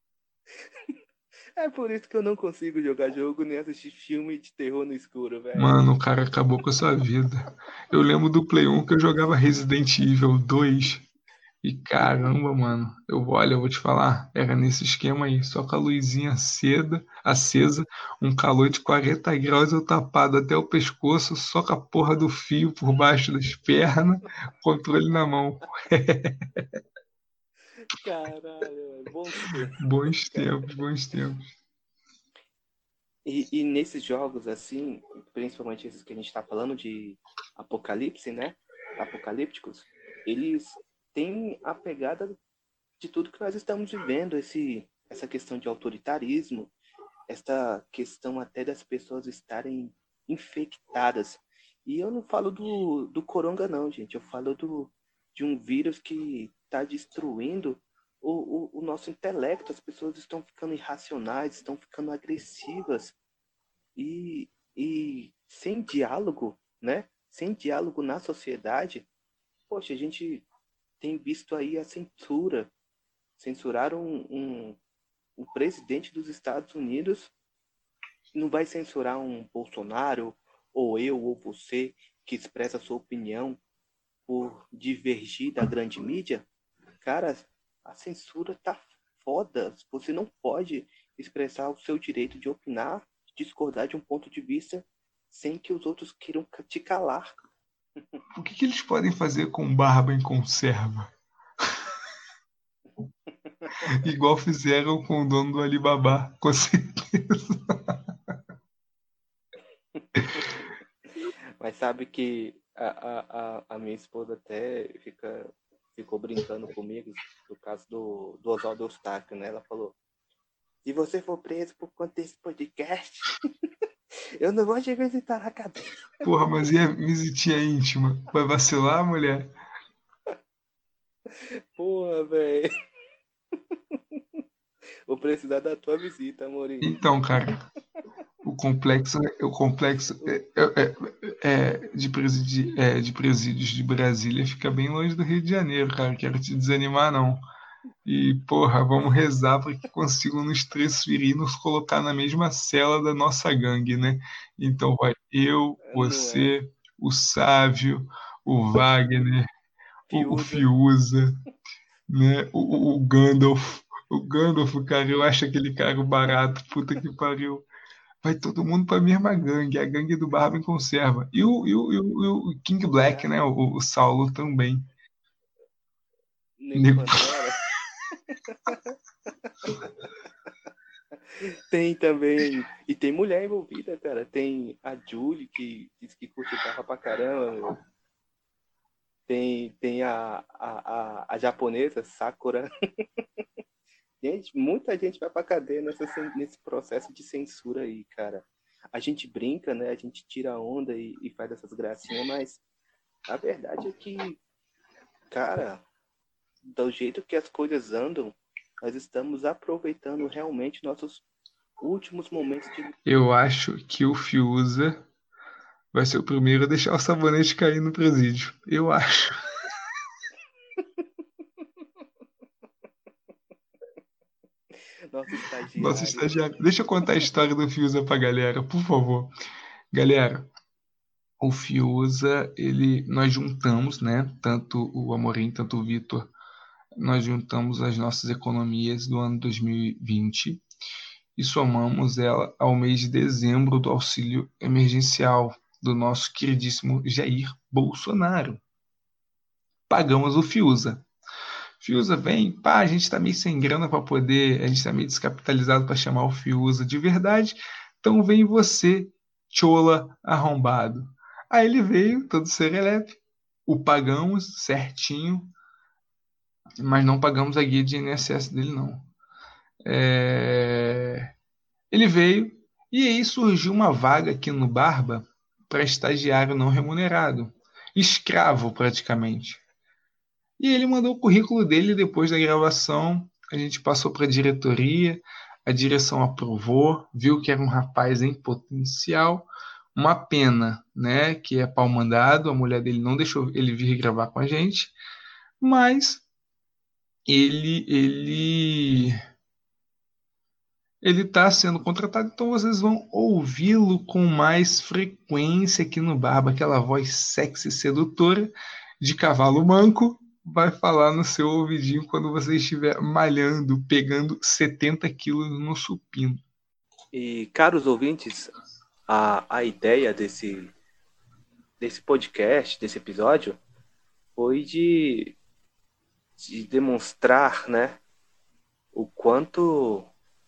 É por isso que eu não consigo jogar jogo nem assistir filme de terror no escuro, velho. Mano, o cara acabou com a sua vida. Eu lembro do Play 1 que eu jogava Resident Evil 2. E caramba, mano, eu vou te falar, era nesse esquema aí, só com a luzinha acesa, um calor de 40 graus, eu tapado até o pescoço, só com a porra do fio por baixo das pernas, controle na mão. Caralho, velho. Bons tempos, Bons cara. tempos, bons tempos. E nesses jogos, assim, principalmente esses que a gente tá falando de apocalipse, né? Apocalípticos, eles têm a pegada de tudo que nós estamos vivendo, essa questão de autoritarismo, essa questão até das pessoas estarem infectadas. E eu não falo do coronga, não, gente. Eu falo de um vírus que está destruindo o nosso intelecto. As pessoas estão ficando irracionais, estão ficando agressivas. E sem diálogo, né? Sem diálogo na sociedade, poxa, a gente tem visto aí a censura. Censuraram um presidente dos Estados Unidos, não vai censurar um Bolsonaro, ou eu, ou você, que expressa a sua opinião por divergir da grande mídia? Cara, a censura tá foda. Você não pode expressar o seu direito de opinar, discordar de um ponto de vista sem que os outros queiram te calar. O que eles podem fazer com barba em conserva? Igual fizeram com o dono do Alibaba, com certeza. Mas sabe que a minha esposa até ficou brincando comigo no caso do Oswaldo Eustáquio, né? Ela falou, se você for preso por conta desse podcast, eu não vou te visitar na cadeia. Porra, mas e a visitinha íntima? Vai vacilar, mulher? Porra, velho. Vou precisar da tua visita, Amorim. Então, cara, o complexo de presídios de Brasília fica bem longe do Rio de Janeiro, cara. Quero te desanimar, não. E, porra, vamos rezar para que consigam nos transferir e nos colocar na mesma cela da nossa gangue, né? Então vai eu, Não é? você, o Sávio, o Wagner, o Fiuza. Fiuza, né? O Gandalf. O Gandalf, cara, eu acho aquele cara barato, puta que pariu. Vai todo mundo pra mesma gangue, a gangue do Barba em Conserva. E o King Black, né? O Saulo também. Nego Nego- Pantera. Tem também. E tem mulher envolvida, cara. Tem a Julie, que diz que curte barra pra caramba, meu. Tem a japonesa, Sakura. Gente, muita gente vai pra cadeia nesse processo de censura aí, cara. A gente brinca, né? A gente tira onda e faz essas gracinhas, mas a verdade é que, cara, do jeito que as coisas andam, nós estamos aproveitando realmente nossos últimos momentos de. Eu acho que o Fiuza vai ser o primeiro a deixar o sabonete cair no presídio. Eu acho. Nosso Nosso estagiário. estagiário. Deixa eu contar a história do Fiuza pra galera, por favor. Galera, o Fiuza, nós juntamos, né? Tanto o Amorim, tanto o Vitor, nós juntamos as nossas economias do ano 2020 e somamos ela ao mês de dezembro do auxílio emergencial do nosso queridíssimo Jair Bolsonaro. Pagamos o Fiuza. Fiuza vem, pá, a gente tá meio sem grana para poder, a gente tá meio descapitalizado para chamar o Fiuza de verdade, então vem você, chola arrombado. Aí ele veio, todo serelepe, o pagamos certinho, mas não pagamos a guia de INSS dele, não. Ele veio e aí surgiu uma vaga aqui no Barba para estagiário não remunerado, escravo praticamente. E ele mandou o currículo dele depois da gravação. A gente passou para a diretoria, a direção aprovou, viu que era um rapaz em potencial. Uma pena, né? Que é pau mandado, a mulher dele não deixou ele vir gravar com a gente, mas ele ele está sendo contratado, então vocês vão ouvi-lo com mais frequência aqui no Barba, aquela voz sexy sedutora de cavalo manco, vai falar no seu ouvidinho quando você estiver malhando, pegando 70 quilos no supino. E, caros ouvintes, a ideia desse podcast, desse episódio, foi de demonstrar, né, o quanto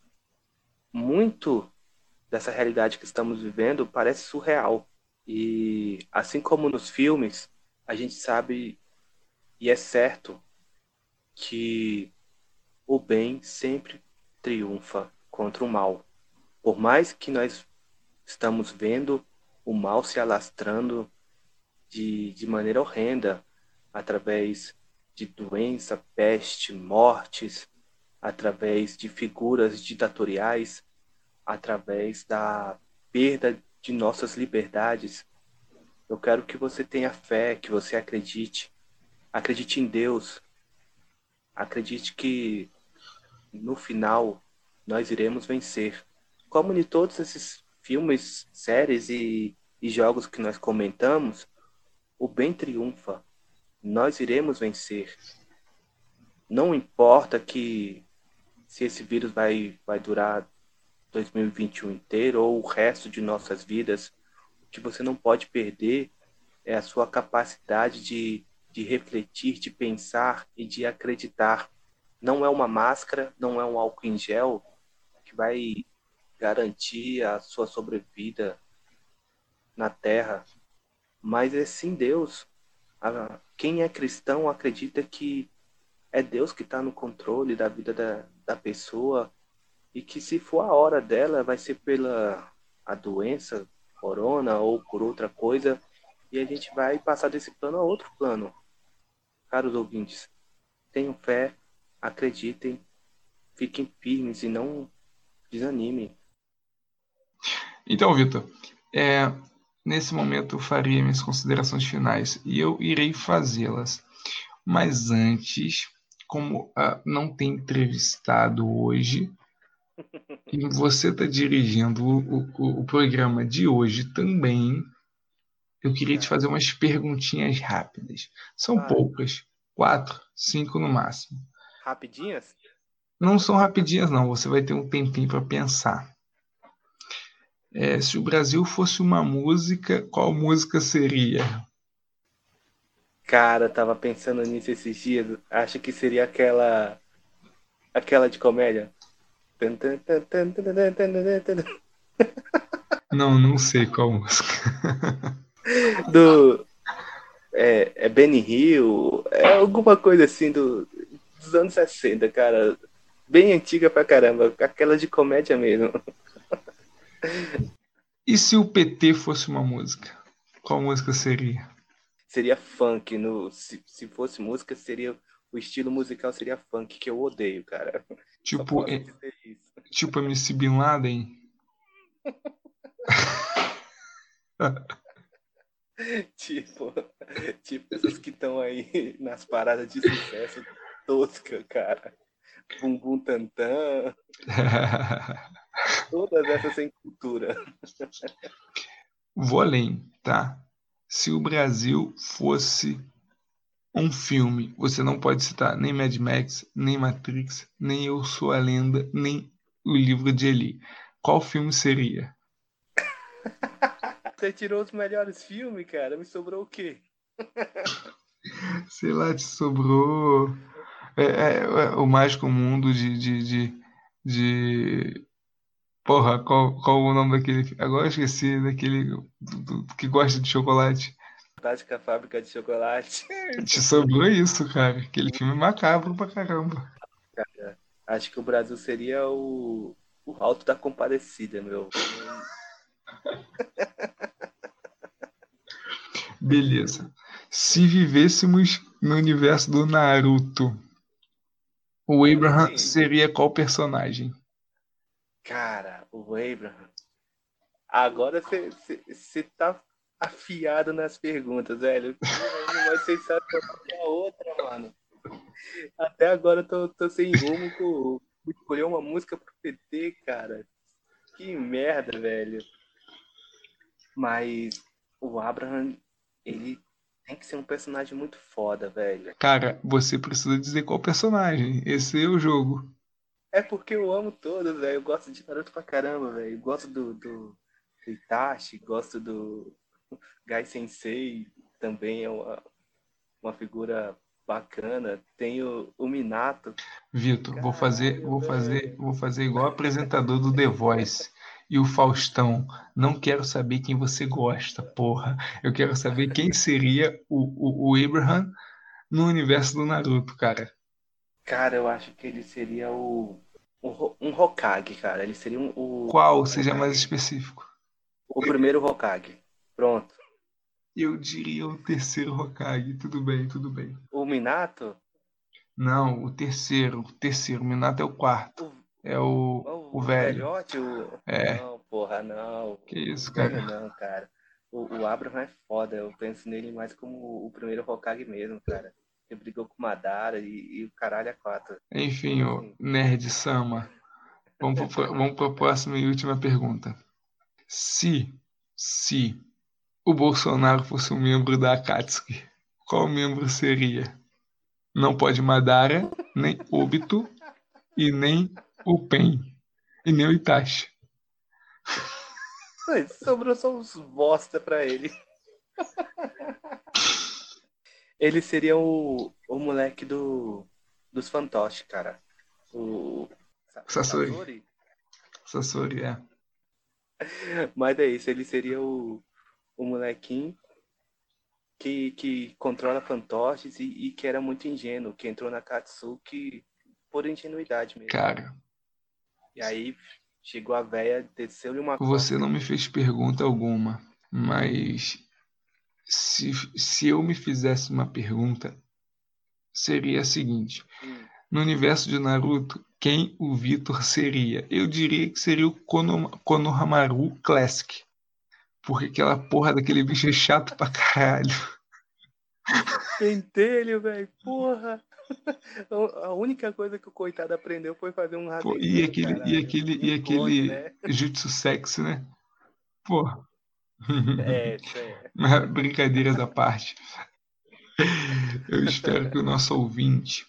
muito dessa realidade que estamos vivendo parece surreal. E assim como nos filmes, a gente sabe e é certo que o bem sempre triunfa contra o mal. Por mais que nós estamos vendo o mal se alastrando de maneira horrenda, através de doença, peste, mortes, através de figuras ditatoriais, através da perda de nossas liberdades. Eu quero que você tenha fé, que você acredite. Acredite em Deus. Acredite que no final nós iremos vencer. Como em todos esses filmes, séries e jogos que nós comentamos, o bem triunfa. Nós iremos vencer. Não importa que se esse vírus vai durar 2021 inteiro ou o resto de nossas vidas, o que você não pode perder é a sua capacidade de refletir, de pensar e de acreditar. Não é uma máscara, não é um álcool em gel que vai garantir a sua sobrevida na Terra, mas é sim Deus. Quem é cristão acredita que é Deus que está no controle da vida da pessoa e que se for a hora dela vai ser pela a doença, corona ou por outra coisa e a gente vai passar desse plano a outro plano. Caros ouvintes, tenham fé, acreditem, fiquem firmes e não desanimem. Então, Vitor, Nesse momento eu faria minhas considerações finais e eu irei fazê-las. Mas antes, como não tem entrevistado hoje, e você está dirigindo o programa de hoje também, eu queria te Ah, fazer umas perguntinhas rápidas. São claro. poucas, 4, 5 no máximo. Rapidinhas? Não são rapidinhas, não. Você vai ter um tempinho para pensar. Se o Brasil fosse uma música, qual música seria? Cara, tava pensando nisso esses dias. Acho que seria aquela de comédia. Não, não sei qual música. Do é Benny Hill, é alguma coisa assim dos anos 60, cara. Bem antiga pra caramba, aquela de comédia mesmo. E se o PT fosse uma música? Qual música seria? Seria funk, se fosse música, seria o estilo musical seria funk, que eu odeio, cara. Só Tipo, posso dizer isso. tipo MC Bin Laden? Tipo, tipo essas que estão aí nas paradas de sucesso tosca, cara. Bumbum Tantan, todas essas sem cultura. Vou além, tá? Se o Brasil fosse um filme, você não pode citar nem Mad Max, nem Matrix, nem Eu Sou a Lenda, nem O Livro de Eli. Qual filme seria? Você tirou os melhores filmes, cara. Me sobrou o quê? Sei lá, te sobrou o Mágico Mundo de... Porra, qual o nome daquele... Agora eu esqueci, daquele que gosta de chocolate. Fantástica Fábrica de Chocolate. Te sobrou isso, cara. Aquele filme é macabro pra caramba. Cara, acho que o Brasil seria o Alto da Compadecida, meu. Beleza. Se vivêssemos no universo do Naruto, o Aí Abraham sim. seria qual personagem? Cara, o Abraham. Agora você tá afiado nas perguntas, velho. Porra, uma mais sensacional que a outra, mano. Até agora eu tô sem rumo com escolher uma música pro PT, cara. Que merda, velho. Mas o Abraham, ele tem que ser um personagem muito foda, velho. Cara, você precisa dizer qual personagem. Esse é o jogo. É porque eu amo todos, velho. Eu gosto de Naruto pra caramba, velho. Eu gosto do Itachi, gosto do Gai Sensei, também é uma figura bacana. Tem o Minato. Vitor, Caralho, velho. vou fazer igual apresentador do The Voice e o Faustão. Não quero saber quem você gosta, porra. Eu quero saber quem seria o Abraham no universo do Naruto, cara. Cara, eu acho que ele seria um Hokage, cara. Ele seria Qual? o Seja mais Hokage. específico. O primeiro Hokage. Pronto. Eu diria o terceiro Hokage. Tudo bem, tudo bem. O Minato, Não, o terceiro. O Minato é o quarto. o, É o o velho. velhote, É, não, porra, não. que O isso, velho cara. não, cara. O Abraham é foda. Eu penso nele mais como o primeiro Hokage mesmo, cara. Ele brigou com o Madara e o caralho é quatro. Enfim, Tipo o assim, Nerd Sama. Vamos para a próxima e última pergunta. Se, se o Bolsonaro fosse um membro da Akatsuki, qual membro seria? Não pode Madara, nem Obito e nem o Pen e nem o Itachi. sobrou só uns bosta pra ele. Ele seria o moleque dos fantoches, cara. O Sasori. Sazori? Sasori, é. Mas é isso, ele seria o molequinho que controla fantoches e que era muito ingênuo, que entrou na Katsuki por ingenuidade mesmo. Cara, E aí chegou a véia, desceu-lhe uma você coca não me nele. fez pergunta alguma, mas se eu me fizesse uma pergunta, seria a seguinte: Hum. no universo de Naruto, quem o Vitor seria? Eu diria que seria o Konohamaru Classic. Porque aquela porra daquele bicho é chato pra caralho. Pentelho, velho, porra. A única coisa que o coitado aprendeu foi fazer um Pô, e Rasengan, aquele, e caralho. aquele, Um e clone, aquele né? jutsu sexy, né? Porra. Isso é. Mas brincadeiras à parte. Eu espero que o nosso ouvinte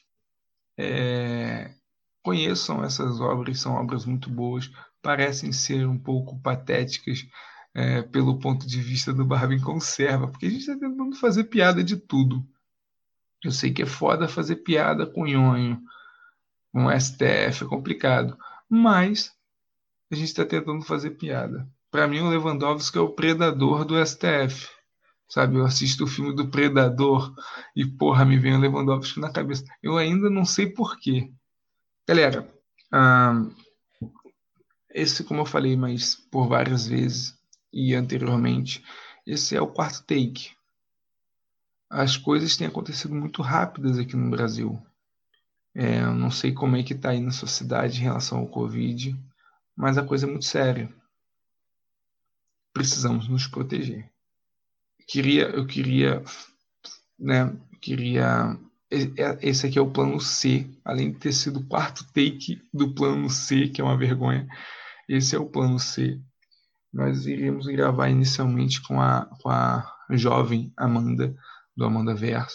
conheçam essas obras, são obras muito boas, parecem ser um pouco patéticas pelo ponto de vista do Barba em Conserva, porque a gente está tentando fazer piada de tudo. Eu sei que é foda fazer piada com nhonho, com STF, é complicado, mas a gente está tentando fazer piada. Para mim, o Lewandowski é o predador do STF. Sabe, eu assisto o filme do Predador e, porra, me vem o Lewandowski na cabeça. Eu ainda não sei por quê. Galera, ah, esse, como eu falei, mas por várias vezes e anteriormente, esse é o quarto take. As coisas têm acontecido muito rápidas aqui no Brasil. Eu não sei como é que tá aí na sua cidade em relação ao Covid, mas a coisa é muito séria. Precisamos nos proteger. Eu queria, né, queria esse aqui é o plano C, além de ter sido o quarto take do plano C, que é uma vergonha. Esse é o plano C. Nós iríamos gravar inicialmente com a jovem Amanda, do Amanda Verso.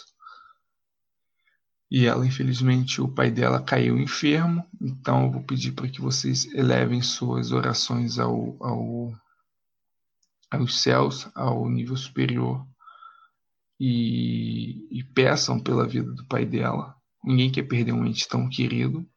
E ela, infelizmente, o pai dela caiu enfermo. Então, eu vou pedir para que vocês elevem suas orações aos céus, ao nível superior, e peçam pela vida do pai dela. Ninguém quer perder um ente tão querido.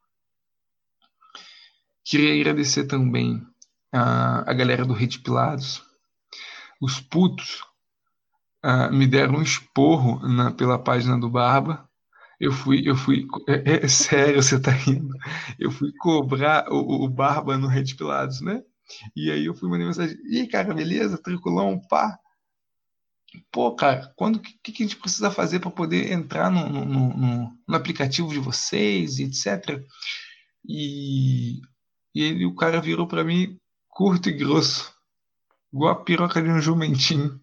Queria agradecer também a galera do Rede Pilados. Os putos me deram um esporro pela página do Barba. Eu fui, sério, você tá rindo. Eu fui cobrar o Barba no Rede Pilados, né? E aí eu fui mandar mensagem, e aí, cara, beleza? Tricolão, pá. Pô, cara, que a gente precisa fazer para poder entrar no aplicativo de vocês, etc. E, o cara virou para mim curto e grosso, igual a piroca de um jumentinho.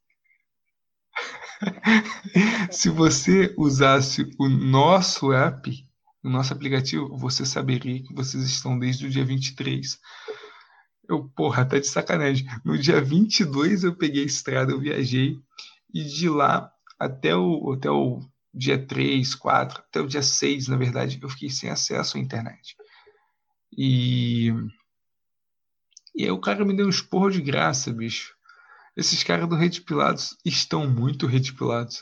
Se você usasse o nosso app, o nosso aplicativo, você saberia que vocês estão desde o dia 23. Porra, tá de sacanagem. No dia 22 eu peguei a estrada, eu viajei, e de lá até o dia 3, 4, até o dia 6, na verdade, eu fiquei sem acesso à internet. E aí o cara me deu um esporro de graça, bicho. Esses caras do Rede Pilados estão muito retipilados.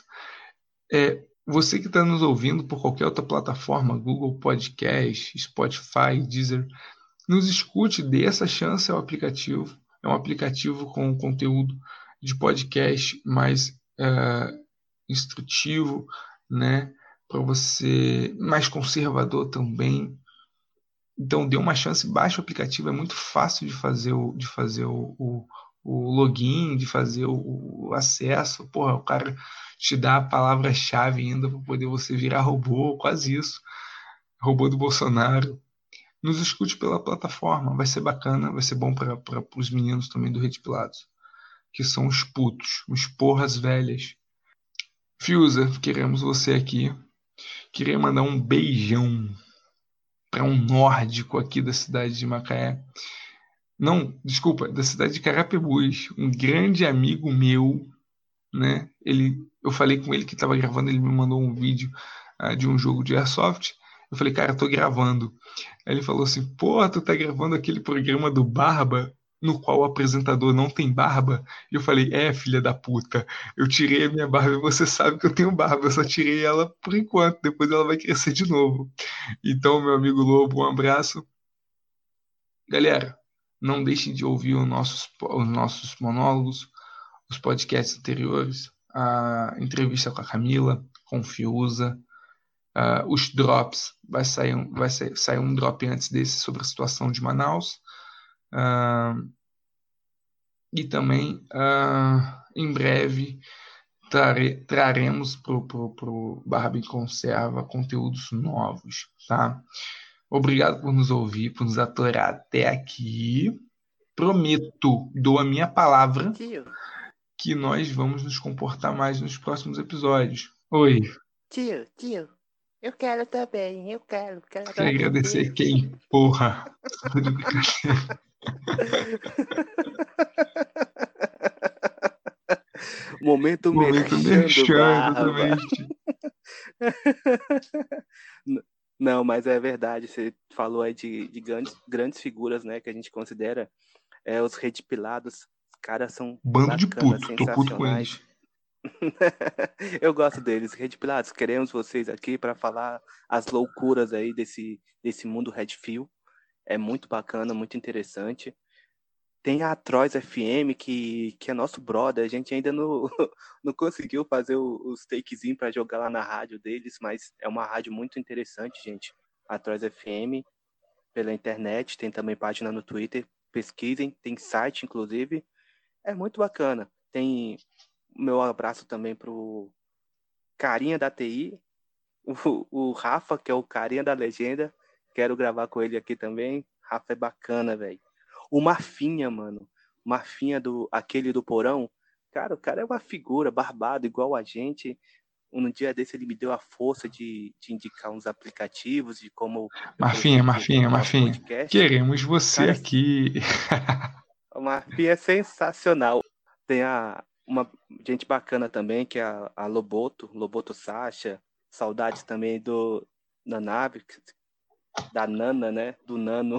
Você que está nos ouvindo por qualquer outra plataforma, Google Podcast, Spotify, Deezer, nos escute, dê essa chance ao aplicativo. É um aplicativo com conteúdo de podcast mais instrutivo, né? Para você, mais conservador também. Então dê uma chance, baixe o aplicativo, é muito fácil de fazer o login, de fazer o acesso. Porra, o cara te dá a palavra-chave ainda para poder você virar robô, quase isso. Robô do Bolsonaro. Nos escute pela plataforma, vai ser bacana, vai ser bom para os meninos também do Rede Pilatos, que são os putos, os porras velhas. Fiuza, queremos você aqui. Queria mandar um beijão para um nórdico aqui da cidade de Macaé. Não, desculpa, da cidade de Carapebus, um grande amigo meu, né? Eu falei com ele que estava gravando, ele me mandou um vídeo de um jogo de Airsoft. Eu falei, cara, tô gravando. Aí ele falou assim, pô, tu tá gravando aquele programa do Barba, no qual o apresentador não tem barba? E eu falei, filha da puta, eu tirei a minha barba e você sabe que eu tenho barba, eu só tirei ela por enquanto, depois ela vai crescer de novo. Então, meu amigo Lobo, um abraço. Galera, não deixem de ouvir os nossos monólogos, os podcasts anteriores, a entrevista com a Camila, Confusa, os drops. Vai sair um drop antes desse sobre a situação de Manaus. E também, em breve, traremos pro Barba em Conserva conteúdos novos, tá? Obrigado por nos ouvir, por nos atorar até aqui. prometo, dou a minha palavra, Tio, que nós vamos nos comportar mais nos próximos episódios. Oi, tio, eu quero também, quero quer agradecer quem? Porra. Tô de brincadeira. Momento Momento merchan do merchan, Barba. exatamente. Não, mas é verdade, você falou aí de grandes figuras, né, que a gente considera os Rede Pilados. Os caras são Bando de bacanas, puto, tô puto com sensacionais. eles. Eu gosto deles. Rede Pilados, queremos vocês aqui para falar as loucuras aí desse mundo Redfield. É muito bacana, muito interessante. Tem a Atroz FM, que é nosso brother. A gente ainda não, não conseguiu fazer os takezinhos para jogar lá na rádio deles, mas é uma rádio muito interessante, gente. A Atroz FM, pela internet, tem também página no Twitter. Pesquisem, tem site, inclusive. É muito bacana. Tem o meu abraço também pro carinha da TI, o Rafa, que é o carinha da legenda. Quero gravar com ele aqui também. Rafa é bacana, velho. O Marfinha, mano. Marfinha, aquele do porão. Cara, o cara é uma figura, barbado, igual a gente. Um dia desse ele me deu a força de indicar uns aplicativos, de como eu Marfinha, preciso Marfinha, divulgar o nosso Marfinha. podcast. Queremos você Cara, aqui. o Marfinha é sensacional. Tem uma gente bacana também, que é a Loboto Sacha. Saudades também da nave, da Nana, né? Do Nano.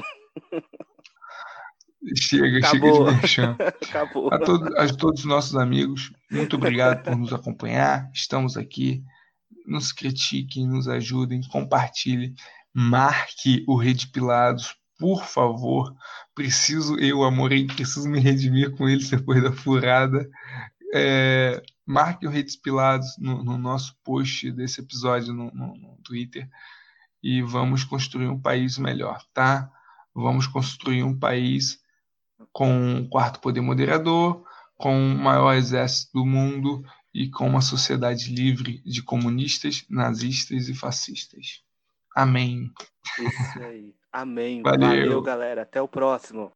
Chega de Acabou. merchan. Acabou. A todos os nossos amigos, muito obrigado por nos acompanhar. Estamos aqui. Nos critiquem, nos ajudem, compartilhem, marque o Rede Pilados, por favor. Eu, Amorim, preciso me redimir com eles depois da furada. Marque o Redes Pilados no nosso post desse episódio no Twitter e vamos construir um país melhor, tá? Vamos construir um país com um quarto poder moderador, com o maior exército do mundo e com uma sociedade livre de comunistas, nazistas e fascistas. Amém. Isso aí. Amém. Valeu, Valeu. galera. Até o próximo.